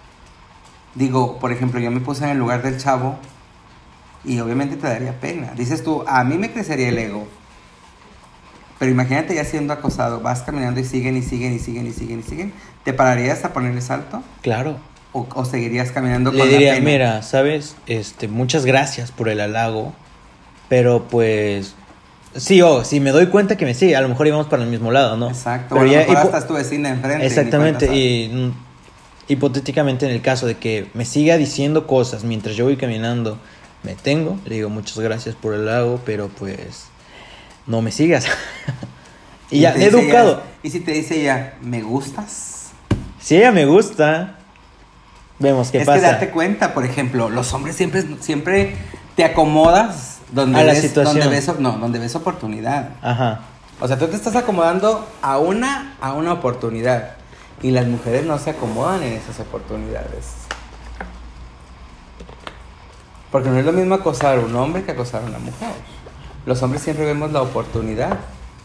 Digo, por ejemplo, yo me puse en el lugar del chavo y obviamente te daría pena. Dices tú, a mí me crecería el ego. Pero imagínate ya siendo acosado, vas caminando y siguen y siguen y siguen y siguen y siguen. ¿Te pararías a ponerle salto? Claro. ¿O, o seguirías caminando Le con diría, la pena? mira, ¿sabes? Este, muchas gracias por el halago, pero pues... Sí, o si me doy cuenta que me sigue, a lo mejor íbamos para el mismo lado, ¿no? Exacto, Pero o a lo ya mejor hipo- hasta es tu vecina enfrente. Exactamente, y... y mm, hipotéticamente en el caso de que me siga diciendo cosas mientras yo voy caminando, me tengo, le digo muchas gracias por el halago, pero pues no me sigas. y ya, te dice educado. ella- y si te dice ella, ¿me gustas? Si ella me gusta, vemos qué es pasa. que date cuenta, por ejemplo, los hombres siempre, siempre te acomodas donde A la ves, situación. donde ves, no, donde ves oportunidad. Ajá. O sea, tú te estás acomodando a una, a una oportunidad. Y las mujeres no se acomodan en esas oportunidades. Porque no es lo mismo acosar a un hombre que acosar a una mujer. Los hombres siempre vemos la oportunidad.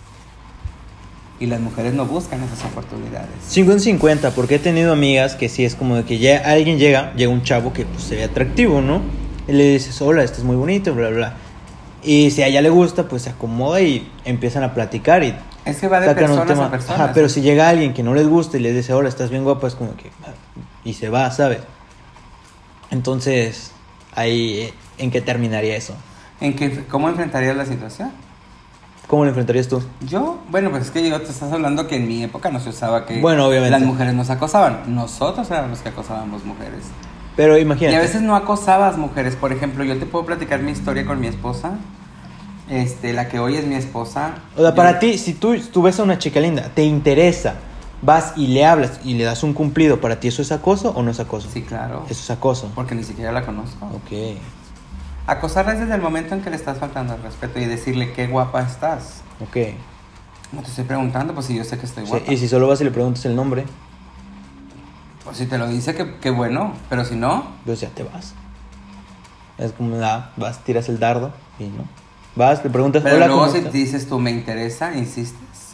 Y las mujeres no buscan esas oportunidades. cincuenta cincuenta, porque he tenido amigas que sí es como de que ya alguien llega, llega un chavo que pues se ve atractivo, ¿no? Y le dices, hola, estás muy bonito, bla, bla, bla. Y si a ella le gusta, pues se acomoda y empiezan a platicar y Es que va de sacan un personas tema. a personas. Ajá, pero si llega alguien que no les gusta y les dice, hola, estás bien guapa, es como que... ah, y se va, ¿sabes? Entonces, ahí, eh, ¿en qué terminaría eso? ¿En qué, ¿Cómo enfrentarías la situación? ¿Cómo lo enfrentarías tú? Yo, bueno, pues es que yo te estás hablando que en mi época no se usaba que Bueno, obviamente. las mujeres nos acosaban. Nosotros éramos los que acosábamos mujeres. Pero Y imagínate. a veces no acosabas mujeres. Por ejemplo, yo te puedo platicar mi historia con mi esposa. Este, la que hoy es mi esposa. O sea, Yo- para ti, si tú, tú ves a una chica linda, te interesa, vas y le hablas y le das un cumplido, ¿para ti eso es acoso o no es acoso? Sí, claro. Eso es acoso. Porque ni siquiera la conozco. Ok. Acosarla es desde el momento en que le estás faltando el respeto y decirle qué guapa estás. Ok. No te estoy preguntando, pues si yo sé que estoy Sí, guapa. y si solo vas y le preguntas el nombre, Pues si te lo dice, que, que bueno, pero si no, pues ya te vas. Es como, ah, vas, tiras el dardo y no. Vas, le preguntas, pero hola, luego ¿cómo si estás? dices tú, me interesa, insistes.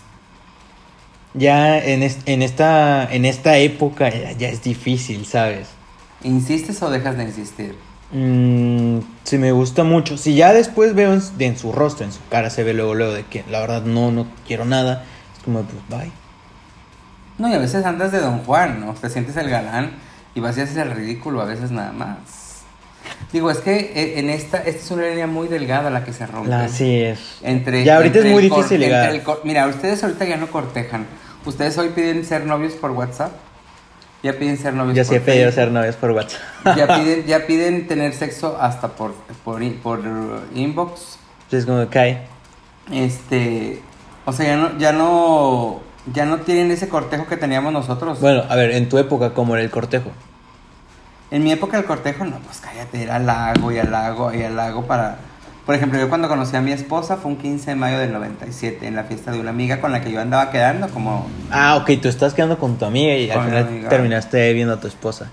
Ya en, es- en, esta, en esta época ya, ya es difícil, ¿sabes? ¿Insistes o dejas de insistir? Mm, si me gusta mucho, si ya después veo en, de- en su rostro, en su cara, se ve luego, luego de que la verdad no, no quiero nada, es como, pues, bye. No, y a veces andas de Don Juan, ¿no? Te sientes el galán y vas y haces el ridículo, a veces nada más. Digo, es que eh, en esta, esta es una línea muy delgada la que se rompe. Así es. Entre, ya ahorita entre es muy el cor- difícil entre llegar. el cor- Mira, ustedes ahorita ya no cortejan. Ustedes hoy piden ser novios por WhatsApp. Ya piden ser novios Yo por sí he pedido Facebook. ser novios por WhatsApp. Ya piden, ya piden tener sexo hasta por, por, in- por inbox. Es como, cae. Este, o sea, ya no, ya no, ya no tienen ese cortejo que teníamos nosotros. Bueno, a ver, en tu época, ¿cómo era el cortejo? En mi época el cortejo, no, pues cállate, era halago y halago y halago para... Por ejemplo, yo cuando conocí a mi esposa fue un quince de mayo del noventa y siete en la fiesta de una amiga con la que yo andaba quedando como... Ah, ok, tú estás quedando con tu amiga y al Con mi final amiga. terminaste viendo a tu esposa.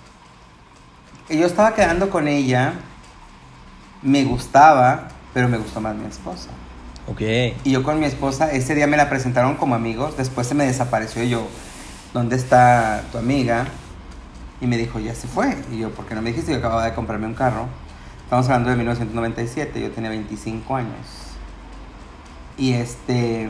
Y yo estaba quedando con ella, me gustaba, pero me gustó más mi esposa. Ok. Y yo con mi esposa, ese día me la presentaron como amigos, después se me desapareció y yo, ¿dónde está tu amiga? Y me dijo, ya se fue. Y yo, ¿por qué no me dijiste? Yo acababa de comprarme un carro. Estamos hablando de mil novecientos noventa y siete, yo tenía veinticinco años. Y este...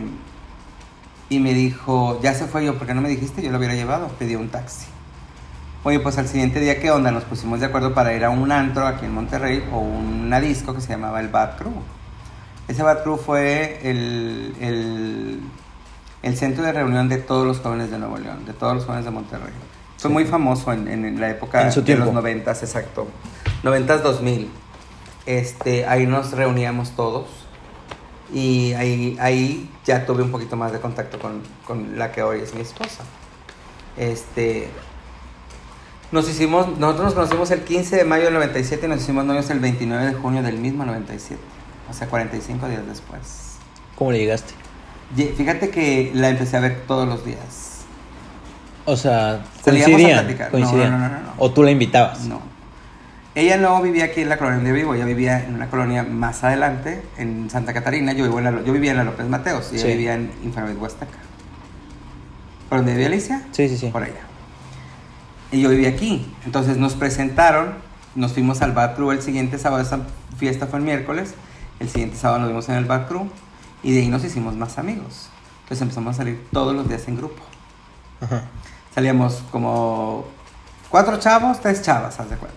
Y me dijo, ya se fue. Yo, ¿por qué no me dijiste? Yo lo hubiera llevado. Pedí un taxi. Oye, pues al siguiente día, ¿qué onda? Nos pusimos de acuerdo para ir a un antro aquí en Monterrey o una disco que se llamaba el Bad Crew. Ese Bad Crew fue el, el, el centro de reunión de todos los jóvenes de Nuevo León, de todos los jóvenes de Monterrey. Fue Sí. muy famoso en, en, en la época En su de tiempo. los noventas, exacto. Noventas, dos mil. Este, ahí nos reuníamos todos y ahí, ahí ya tuve un poquito más de contacto con, con la que hoy es mi esposa. Este... Nos hicimos, nosotros nos conocimos el quince de mayo del noventa y siete y nos hicimos novios el veintinueve de junio del mismo noventa y siete. O sea, cuarenta y cinco días después. ¿Cómo le llegaste? Ye- Fíjate que la empecé a ver todos los días. O sea, Salíamos a coincidían. platicar. coincidían. No, no, no, no, no. O tú la invitabas. No. Ella no vivía aquí en la colonia donde yo vivo, ella vivía en una colonia más adelante, en Santa Catarina. Yo, vivo en la, yo vivía en la López Mateos y ella Sí. vivía en Infonavit Huasteca. ¿Por dónde vivía Alicia? Sí, sí, sí. Por allá. Y yo vivía aquí. Entonces nos presentaron, nos fuimos al Bad Crew el siguiente sábado, esa fiesta fue el miércoles, el siguiente sábado nos vimos en el Bad Crew y de ahí nos hicimos más amigos. Entonces empezamos a salir todos los días en grupo. Ajá. Salíamos como cuatro chavos, tres chavas, haz de cuenta.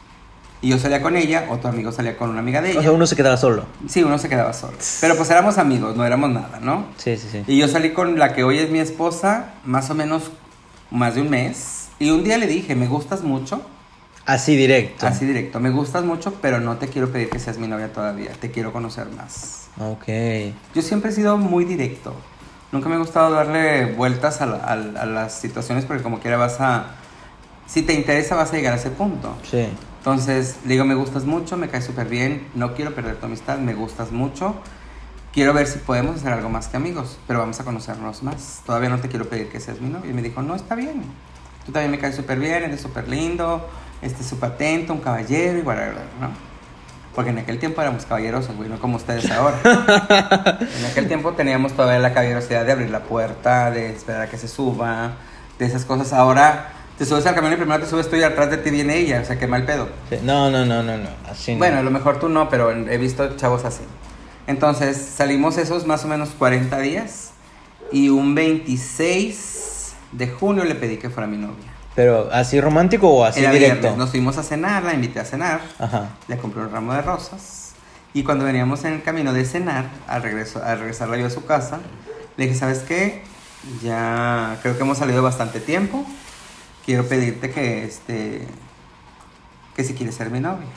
Y yo salía con ella, otro amigo salía con una amiga de ella. O sea, uno se quedaba solo. Sí, uno se quedaba solo. Pero pues éramos amigos, no éramos nada, ¿no? Sí, sí, sí. Y yo salí con la que hoy es mi esposa más o menos más de un mes. Y un día le dije, me gustas mucho. Así directo. Así directo, me gustas mucho, pero no te quiero pedir que seas mi novia todavía. Te quiero conocer más. Ok. Yo siempre he sido muy directo. Nunca me ha gustado darle vueltas a, la- a la- a las situaciones porque como quiera vas a... Si te interesa vas a llegar a ese punto. Sí. Entonces le digo, me gustas mucho, me caes súper bien, no quiero perder tu amistad, me gustas mucho. Quiero ver si podemos hacer algo más que amigos, pero vamos a conocernos más. Todavía no te quiero pedir que seas mi novia. Y me dijo, no, está bien. Tú también me caes súper bien, eres súper lindo, este, súper atento, un caballero y whatever, ¿no? Porque en aquel tiempo éramos caballerosos, güey, no como ustedes ahora. En aquel tiempo teníamos todavía la caballerosidad de abrir la puerta, de esperar a que se suba, de esas cosas. Ahora te subes al camión y primero te subes tú y atrás de ti viene ella, o sea, qué mal pedo. Sí. No, no, no, no, no. Así no. Bueno, a lo mejor tú no, pero he visto chavos así. Entonces salimos esos más o menos cuarenta días y un veintiséis de junio le pedí que fuera mi novia. Pero, ¿así romántico o así Era directo? viernes, nos fuimos a cenar, la invité a cenar, Ajá. le compré un ramo de rosas y cuando veníamos en el camino de cenar, al, regreso, al regresarla yo a su casa, le dije, ¿sabes qué? Ya creo que hemos salido bastante tiempo, quiero pedirte que, este, que si quieres ser mi novia.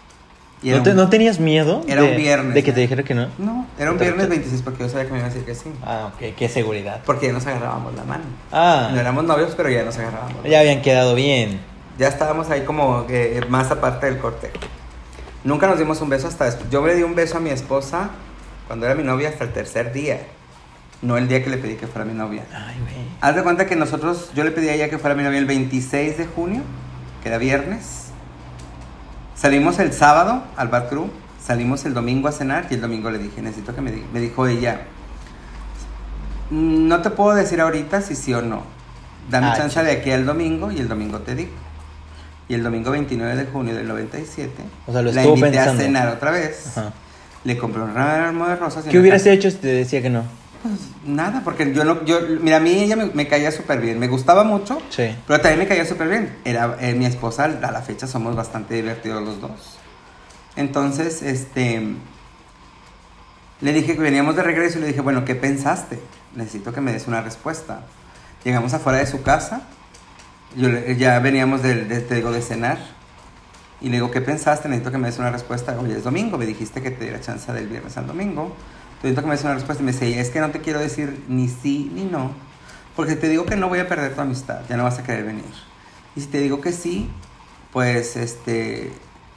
Y era ¿No, te- un- no tenías miedo? Era de, un viernes, ¿De que ¿no? te dijera que no? No, era un ¿Te- viernes te- veintiséis porque yo sabía que me iba a decir que sí. Ah, ok. Qué seguridad. Porque ya nos agarrábamos la mano. Ah. No éramos novios, pero ya nos agarrábamos. Ya habían quedado bien. Ya estábamos ahí como que más aparte del cortejo. Nunca nos dimos un beso hasta después. Yo le di un beso a mi esposa cuando era mi novia hasta el tercer día. no el día que le pedí que fuera mi novia. Ay, güey. Haz de cuenta que nosotros, yo le pedí a ella que fuera mi novia el veintiséis de junio, que era viernes. Salimos el sábado al Bad Crew, salimos el domingo a cenar y el domingo le dije, necesito que me diga. Me dijo ella, no te puedo decir ahorita si sí o no. Dame ah, chance chido. de aquí al domingo y el domingo te digo. Y el domingo veintinueve de junio del noventa y siete, o sea, lo la estuvo invité pensando. a cenar otra vez. Ajá. Le compré un ramo de rosas. ¿Qué hubieras hecho si te decía que no? Pues nada, porque yo no, yo, mira, a mí ella me, me caía súper bien, me gustaba mucho, Sí. pero también me caía súper bien. Era eh, mi esposa, a la fecha somos bastante divertidos los dos. Entonces, este, le dije que veníamos de regreso y le dije, bueno, ¿qué pensaste? Necesito que me des una respuesta. Llegamos afuera de su casa, yo, le- ya veníamos de, de, te digo, de cenar, y le digo, ¿qué pensaste? Necesito que me des una respuesta. Oye, es domingo, me dijiste que te diera chance del viernes al domingo. Necesito que me des una respuesta. Y me dice, es que no te quiero decir ni sí ni no, porque si te digo que no voy a perder tu amistad, ya no vas a querer venir. Y si te digo que sí, pues, este...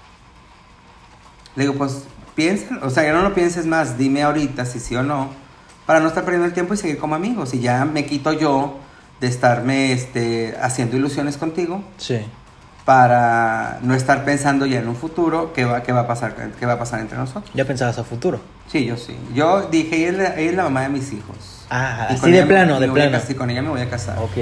Le digo, pues, piensa, o sea, ya no lo pienses más, dime ahorita si sí o no, para no estar perdiendo el tiempo y seguir como amigos. Y ya me quito yo de estarme, este, haciendo ilusiones contigo, Sí. para no estar pensando ya en un futuro qué va, qué va a pasar, qué va a pasar entre nosotros. Ya pensabas a futuro. Sí, yo sí. Yo dije, ella es la, ella es la mamá de mis hijos. Ah, Y así con de ella me- plano, me de voy a plano. casar, y con ella me voy a casar. Ok.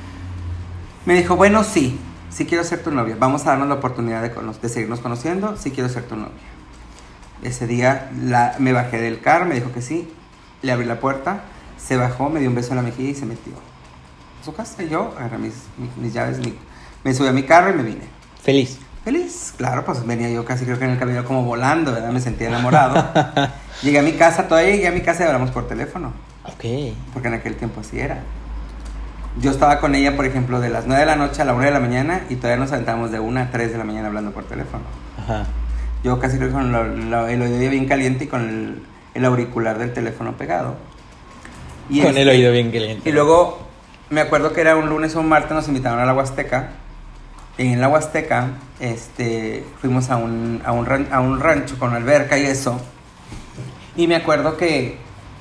Me dijo, bueno, sí, sí quiero ser tu novia. Vamos a darnos la oportunidad de, cono- de seguirnos conociendo, sí quiero ser tu novia. Ese día la, me bajé del carro, me dijo que sí, le abrí la puerta, se bajó, me dio un beso en la mejilla y se metió a su casa. Y yo agarré mis, mis, mis llaves, mi- me subí a mi carro y me vine. Feliz. Feliz, claro, pues venía yo casi creo que en el camino como volando, ¿verdad? Me sentía enamorado. Llegué a mi casa, todavía llegué a mi casa y hablamos por teléfono, Ok. porque en aquel tiempo así era. Yo estaba con ella, por ejemplo, de las nueve de la noche a la una de la mañana y todavía nos aventábamos de una a tres de la mañana hablando por teléfono. Ajá. Yo casi creo que con lo- lo- el oído bien caliente y con el, el auricular del teléfono pegado. Y Con este- el oído bien caliente. Y luego me acuerdo que era un lunes o un martes, nos invitaron a la Huasteca. Y en la Huasteca este, fuimos a un, a, un ran- a un rancho con alberca y eso. Y me acuerdo que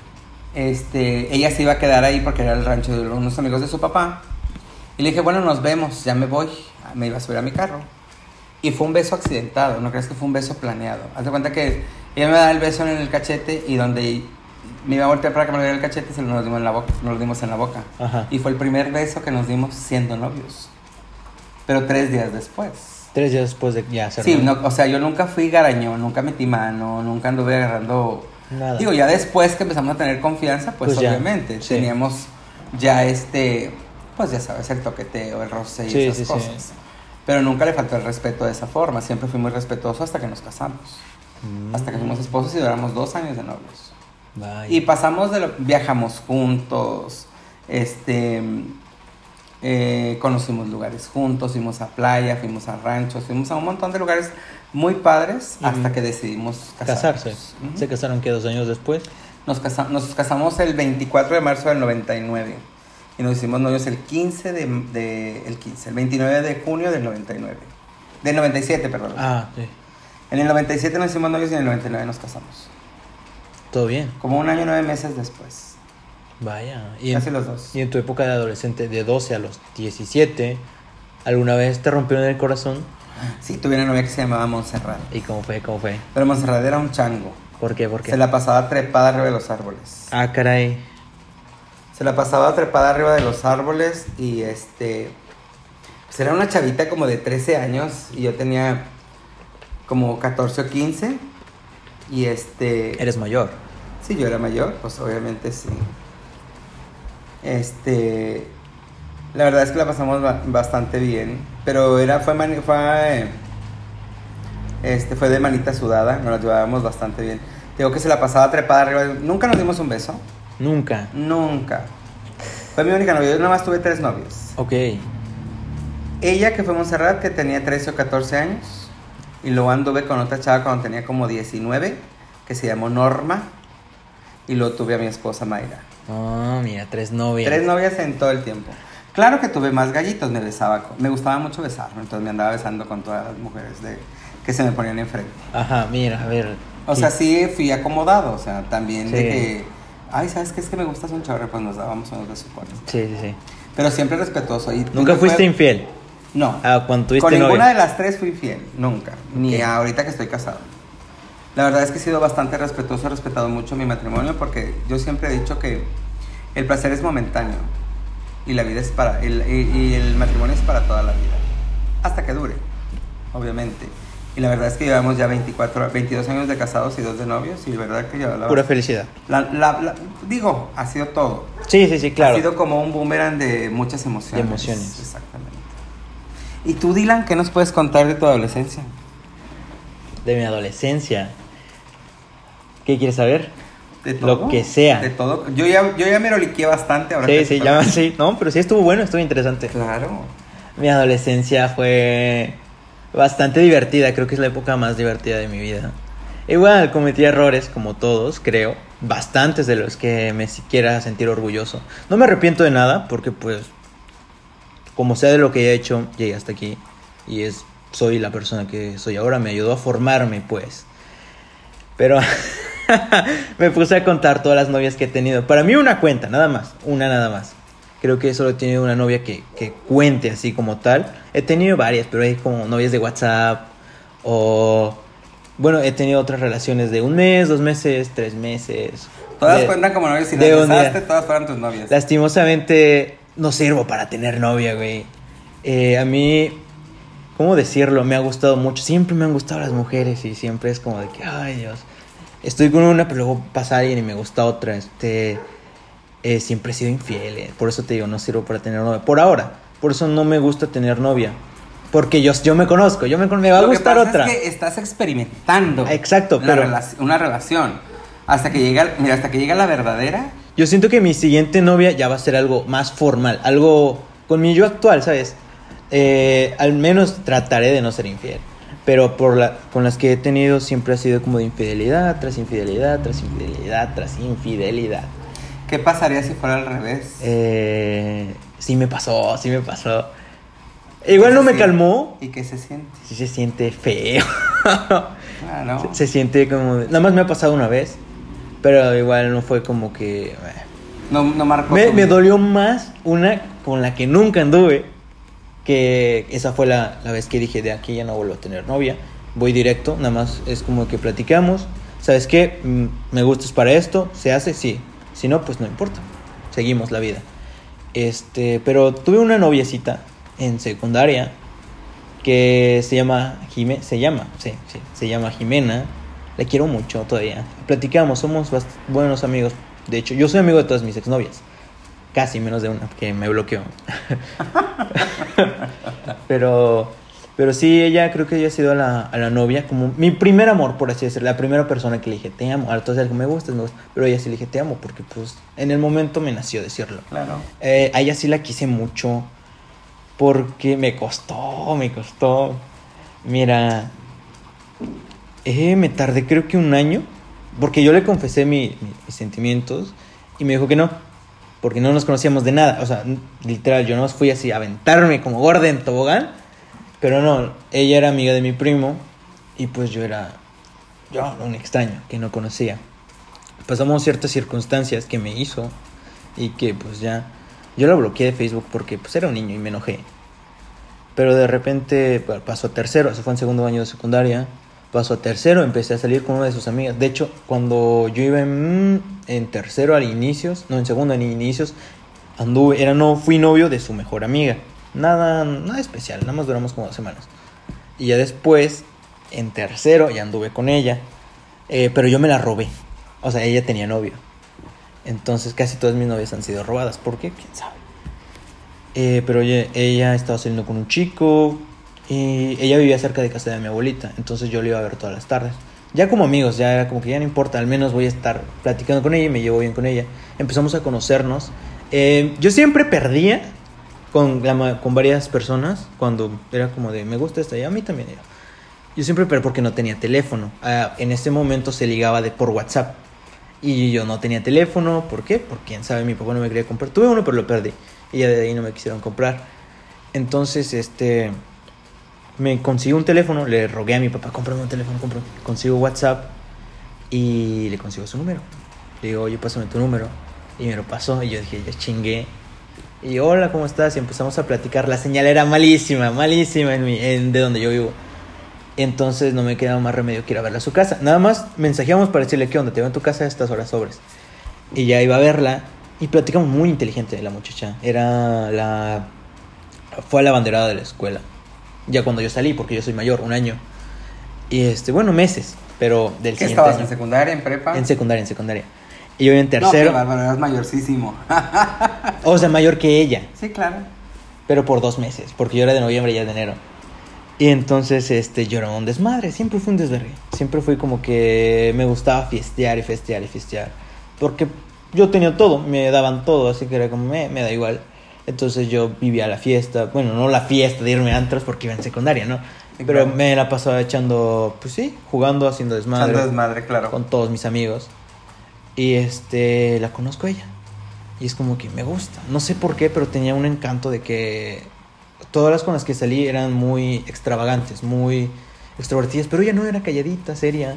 este, ella se iba a quedar ahí porque era el rancho de unos amigos de su papá. Y le dije, bueno, nos vemos, ya me voy. Me iba a subir a mi carro. Y fue un beso accidentado, no crees que fue un beso planeado. Haz de cuenta que ella me da el beso en el cachete y donde me iba a voltear para que me lo diera el cachete, se lo nos dimos en la boca, nos lo dimos en la boca. Ajá. Y fue el primer beso que nos dimos siendo novios. Pero tres días después. Tres días después de ya ser Sí, novio. no, o sea, yo nunca fui garañón, nunca metí mano, nunca anduve agarrando... Nada. Digo, ya después que empezamos a tener confianza, pues, Pues ya, obviamente sí. teníamos ya este, pues ya sabes, el toqueteo, el roce y Sí, esas sí, sí. cosas. Pero nunca le faltó el respeto de esa forma, siempre fui muy respetuoso hasta que nos casamos. Mm. Hasta que fuimos esposos y duramos dos años de novios. Vaya. Y pasamos de lo, viajamos juntos, este, eh, conocimos lugares juntos, fuimos a playa, fuimos a ranchos, fuimos a un montón de lugares muy padres hasta Ujú. que decidimos casarnos. Casarse. Ujú. ¿Se casaron qué? ¿Dos años después? Nos, casa- nos casamos el veinticuatro de marzo del noventa y nueve y nos hicimos novios el quince de, de- el quince, el veintinueve de junio del noventa y nueve. Del noventa y siete, perdón. Ah, sí. En el noventa y siete nos hicimos novios y en el noventa y nueve nos casamos. Todo bien. Como un año y nueve meses después. Vaya. Y Casi en, los dos. y en tu época de adolescente, de doce a los diecisiete, ¿alguna vez te rompieron el corazón? Sí, tuve una novia que se llamaba Montserrat. ¿Y cómo fue? ¿Cómo fue? Pero Montserrat era un chango. ¿Por qué? ¿Por qué? Se la pasaba trepada arriba de los árboles. Ah, caray. Se la pasaba trepada arriba de los árboles y este... Pues era una chavita como de trece años y yo tenía como catorce o quince. Y este... Eres mayor. Sí, yo era mayor, pues obviamente sí. Este... La verdad es que la pasamos ba- bastante bien. Pero era, fue, mani- fue, eh, este, fue de manita sudada, nos la llevábamos bastante bien. Digo que se la pasaba trepada arriba. de- Nunca nos dimos un beso. Nunca. Nunca. Fue mi única novia. Yo nada más tuve tres novios. Ok. Ella, que fue Montserrat, que tenía trece o catorce años. Y luego anduve con otra chava cuando tenía como diecinueve, que se llamó Norma. Y luego tuve a mi esposa Mayra. Oh, mira, tres novias. Tres novias en todo el tiempo. Claro que tuve más gallitos, me besaba. con- Me gustaba mucho besarme, entonces me andaba besando con todas las mujeres de, que se me ponían enfrente. Ajá, mira, a ver. O ¿qué? sea, sí fui acomodado, o sea, también de Sí. que Ay, ¿sabes qué? Es que me gustas un chorro, pues nos dábamos unos besos fuertes. Sí, sí, sí. Pero siempre respetuoso. ¿Y ¿Nunca fuiste fue... infiel? No. Ah, cuando tuviste Con novia. ninguna de las tres fui infiel, nunca. Ni Ok. ahorita que estoy casado. La verdad es que he sido bastante respetuoso, he respetado mucho mi matrimonio porque yo siempre he dicho que el placer es momentáneo y la vida es para el, y, y el matrimonio es para toda la vida, hasta que dure, obviamente. Y la verdad es que llevamos ya veinticuatro, veintidós años de casados y dos de novios y la verdad que yo la Pura felicidad. La, la, la, digo, ha sido todo. Sí, sí, sí, claro. Ha sido como un boomerang de muchas emociones. De emociones. Exactamente. ¿Y tú, Dylan, qué nos puedes contar de tu adolescencia? De mi adolescencia. ¿Qué quieres saber? De todo. Lo que sea. De todo. Yo ya, yo ya me lo liqué bastante ahora. Sí, que sí, te ya, conozco. sí. No, pero sí estuvo bueno, estuvo interesante. Claro. Mi adolescencia fue bastante divertida, creo que es la época más divertida de mi vida. Igual cometí errores, como todos, creo, bastantes de los que me siquiera sentir orgulloso. No me arrepiento de nada, porque pues, como sea de lo que he hecho, llegué hasta aquí. Y es, soy la persona que soy ahora, me ayudó a formarme, pues. Pero me puse a contar todas las novias que he tenido. Para mí una cuenta, nada más, una nada más. Creo que solo he tenido una novia que, que cuente así como tal. He tenido varias, pero hay como novias de WhatsApp. O... Bueno, he tenido otras relaciones de un mes, dos meses, tres meses. Todas de, cuentan como novias. Si de las un día. besaste, todas fueron tus novias. Lastimosamente no sirvo para tener novia, güey. Eh, a mí, ¿cómo decirlo? Me ha gustado mucho. Siempre me han gustado las mujeres y siempre es como de que, ay Dios. Estoy con una, pero luego pasa alguien y me gusta otra. Este... Eh, siempre he sido infiel, eh. Por eso te digo, no sirvo para tener novia. Por ahora, por eso no me gusta tener novia. Porque yo, yo me conozco, yo me, me va a Lo gustar que pasa otra. Es que estás experimentando. Exacto, la pero relac- una relación. Hasta que llega, mira, hasta que llega la verdadera. yo siento que mi siguiente novia ya va a ser algo más formal, algo con mi yo actual, ¿sabes? Eh, al menos trataré de no ser infiel. Pero por la, con las que he tenido siempre ha sido como de infidelidad, tras infidelidad, tras infidelidad, tras infidelidad. ¿Qué pasaría si fuera al revés? Eh, sí me pasó, sí me pasó. Igual no me siente? calmó. ¿Y qué se siente? Sí se siente feo. Ah, no. se, se siente como... Nada más me ha pasado una vez. Pero igual no fue como que... eh. No, no marcó. Me, tu me vida. dolió más una con la que nunca anduve. Que esa fue la, la vez que dije, de aquí ya no vuelvo a tener novia. Voy directo, nada más es como que platicamos. ¿Sabes qué? Mm, me gustas para esto, ¿se hace? Sí. Si no, pues no importa. Seguimos la vida. Este, pero tuve una noviecita en secundaria que se llama Jime, se llama, sí, sí, se llama Jimena. La quiero mucho todavía. Platicamos, somos bast- buenos amigos. De hecho, yo soy amigo de todas mis exnovias. Casi menos de una, que me bloqueó. pero, pero sí, ella creo que ella ha sido a la, a la novia como mi primer amor, por así decirlo. La primera persona que le dije, te amo. Ahora entonces algo me gusta, me gusta. Pero a ella sí le dije, te amo, porque pues en el momento me nació decirlo. Claro. Eh, a ella sí la quise mucho porque me costó, me costó. Mira, eh, me tardé creo que un año porque yo le confesé mi, mi, mis sentimientos y me dijo que no, porque no nos conocíamos de nada. O sea, literal, yo no fui así a aventarme como gorda en tobogán, pero no, ella era amiga de mi primo y pues yo era yo un extraño que no conocía. Pasamos ciertas circunstancias que me hizo y que pues ya yo la bloqueé de Facebook porque pues era un niño y me enojé. Pero de repente pasó a tercero, eso fue en segundo año de secundaria. Pasó a tercero, empecé a salir con una de sus amigas. De hecho, cuando yo iba en, en tercero al inicios, no, en segundo al inicios, anduve, era no, fui novio de su mejor amiga. Nada, nada especial, nada más duramos como dos semanas. Y ya después, en tercero, ya anduve con ella. Eh, pero yo me la robé. O sea, ella tenía novio. Entonces casi todas mis novias han sido robadas. ¿Por qué? ¿Quién sabe? Eh, pero ella, ella estaba saliendo con un chico. Y ella vivía cerca de casa de mi abuelita. Entonces yo la iba a ver todas las tardes. Ya como amigos, ya era como que ya no importa. Al menos voy a estar platicando con ella y me llevo bien con ella. Empezamos a conocernos. Eh, yo siempre perdía con, la, con varias personas. Cuando era como de me gusta esta y a mí también era. Yo siempre perdí porque no tenía teléfono. Uh, en ese momento se ligaba de, por WhatsApp. Y yo no tenía teléfono. ¿Por qué? Porque quién sabe, mi papá no me quería comprar. Tuve uno pero lo perdí. Y ya de ahí no me quisieron comprar. Entonces, este... me consigo un teléfono, le rogué a mi papá, cómprame un teléfono, cómprame. Consigo WhatsApp y le consigo su número. Le digo, oye, pásame tu número. Y me lo pasó. Y yo dije, ya chingué. Y hola, ¿cómo estás? Y empezamos a platicar. La señal era malísima, malísima en mi, en, de donde yo vivo. Entonces no me quedaba más remedio que ir a verla a su casa. Nada más mensajeamos para decirle, ¿qué onda? Te veo en tu casa a estas horas sobres. Y ya iba a verla. Y platicamos muy inteligente la muchacha. Era la... Fue a la abanderada de la escuela. Ya cuando yo salí, porque yo soy mayor, un año. Y este, bueno, meses. Pero del ¿Qué siguiente estabas? año. ¿En secundaria, en prepa? En secundaria, en secundaria. Y yo en tercero. No, qué bárbaro, eras mayorcísimo. O sea, mayor que ella. Sí, claro. Pero por dos meses, porque yo era de noviembre y ella de enero. Y entonces, este, yo era un desmadre. Siempre fui un desvergue. Siempre fui como que me gustaba fiestear y festear y festear. Porque yo tenía todo, me daban todo, así que era como, me, me da igual. Entonces yo vivía la fiesta. Bueno, no la fiesta de irme a antros porque iba en secundaria, ¿no? Sí, pero claro. Me la pasaba echando, pues sí, jugando, haciendo desmadre. Echando desmadre, claro. Con todos mis amigos. Y este, la conozco a ella. Y es como que me gusta. No sé por qué, pero tenía un encanto de que todas las con las que salí eran muy extravagantes, muy extrovertidas. Pero ella no, era calladita, seria.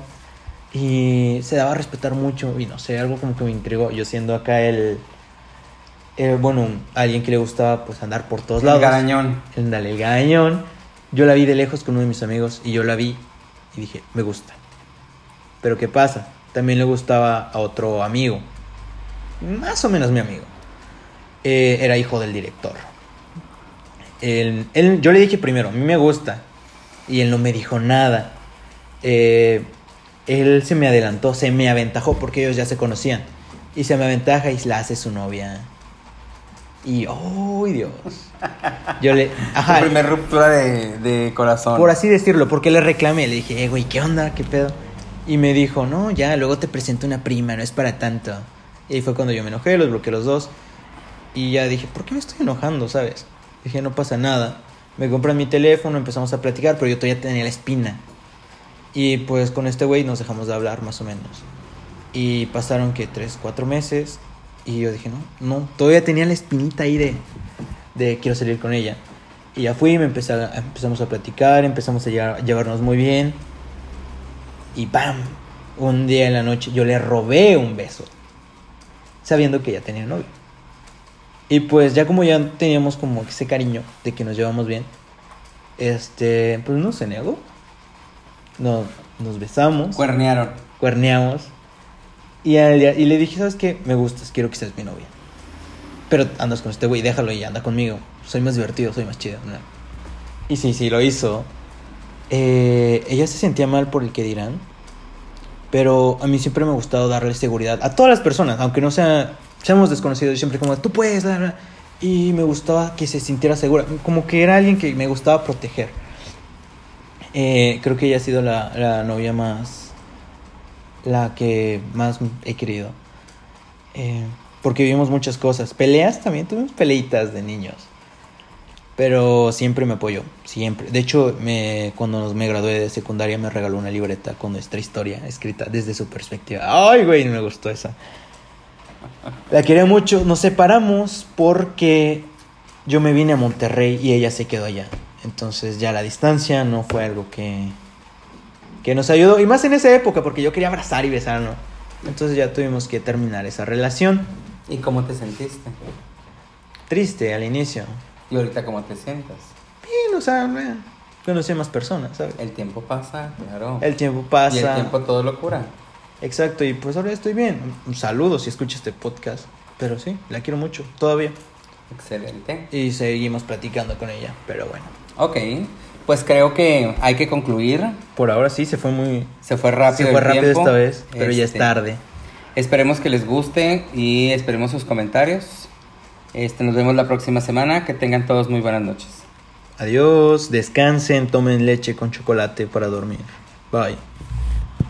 Y se daba a respetar mucho. Y no sé, algo como que me intrigó. Yo siendo acá el... Eh, bueno, alguien que le gustaba pues andar por todos lados. El garañón. El, dale, el garañón. Yo la vi de lejos con uno de mis amigos. Y yo la vi y dije, me gusta. Pero ¿qué pasa? También le gustaba a otro amigo. Más o menos mi amigo. Eh, era hijo del director. Él, él, yo le dije primero, a mí me gusta. Y él no me dijo nada. Eh, él se me adelantó, se me aventajó porque ellos ya se conocían. Y se me aventaja y la hace su novia. Y, ¡oh, Dios! Yo le... Ajá. Tu primer ruptura de, de corazón. Por así decirlo, porque le reclamé. Le dije, eh, güey, ¿qué onda? ¿Qué pedo? Y me dijo, no, ya, luego te presento una prima, no es para tanto. Y ahí fue cuando yo me enojé, los bloqueé los dos. Y ya dije, ¿por qué me estoy enojando, sabes? Dije, no pasa nada. Me compran mi teléfono, empezamos a platicar, pero yo todavía tenía la espina. Y pues con este güey nos dejamos de hablar, más o menos. Y pasaron, que tres, cuatro meses. Y yo dije, no, no, todavía tenía la espinita ahí de, de quiero salir con ella. Y ya fui, me empecé a, empezamos a platicar, empezamos a llevar, a llevarnos muy bien. Y ¡pam! Un día en la noche yo le robé un beso, sabiendo que ya tenía novio. Y pues ya como ya teníamos como ese cariño de que nos llevamos bien, este, pues no se negó. Nos, nos besamos. Cuernearon. Cuerneamos. Y, al día, y le dije, ¿sabes qué? Me gustas, quiero que seas mi novia. Pero andas con este güey, déjalo y anda conmigo. Soy más divertido, soy más chido, ¿no? Y sí, sí, lo hizo. Eh, ella se sentía mal por el que dirán. Pero a mí siempre me ha gustado darle seguridad a todas las personas, aunque no sea, seamos desconocidos. Siempre como, tú puedes, la, la. Y me gustaba que se sintiera segura. Como que era alguien que me gustaba proteger. eh, Creo que ella ha sido la, la novia más, la que más he querido, eh, porque vivimos muchas cosas. Peleas también, tuvimos peleitas de niños. Pero siempre me apoyó, siempre. De hecho, me, cuando me gradué de secundaria me regaló una libreta con nuestra historia escrita desde su perspectiva. Ay, güey, me gustó esa. La quería mucho. Nos separamos porque yo me vine a Monterrey y ella se quedó allá. Entonces ya la distancia no fue algo que, que nos ayudó. Y más en esa época, porque yo quería abrazar y besar, ¿no? Entonces ya tuvimos que terminar esa relación. ¿Y cómo te sentiste? Triste al inicio. ¿Y ahorita cómo te sientas? Bien, o sea, conocí a más personas, ¿sabes? El tiempo pasa, claro. El tiempo pasa. Y el tiempo todo lo cura. Exacto, y pues ahora estoy bien. Un saludo si escuchas este podcast. Pero sí, la quiero mucho, todavía. Excelente. Y seguimos platicando con ella, pero bueno. Ok, pues creo que hay que concluir. Por ahora sí, se fue muy... Se fue rápido Se fue el rápido tiempo. esta vez, pero este, ya es tarde. Esperemos que les guste y esperemos sus comentarios. Este, nos vemos la próxima semana. Que tengan todos muy buenas noches. Adiós, descansen, tomen leche con chocolate para dormir. Bye.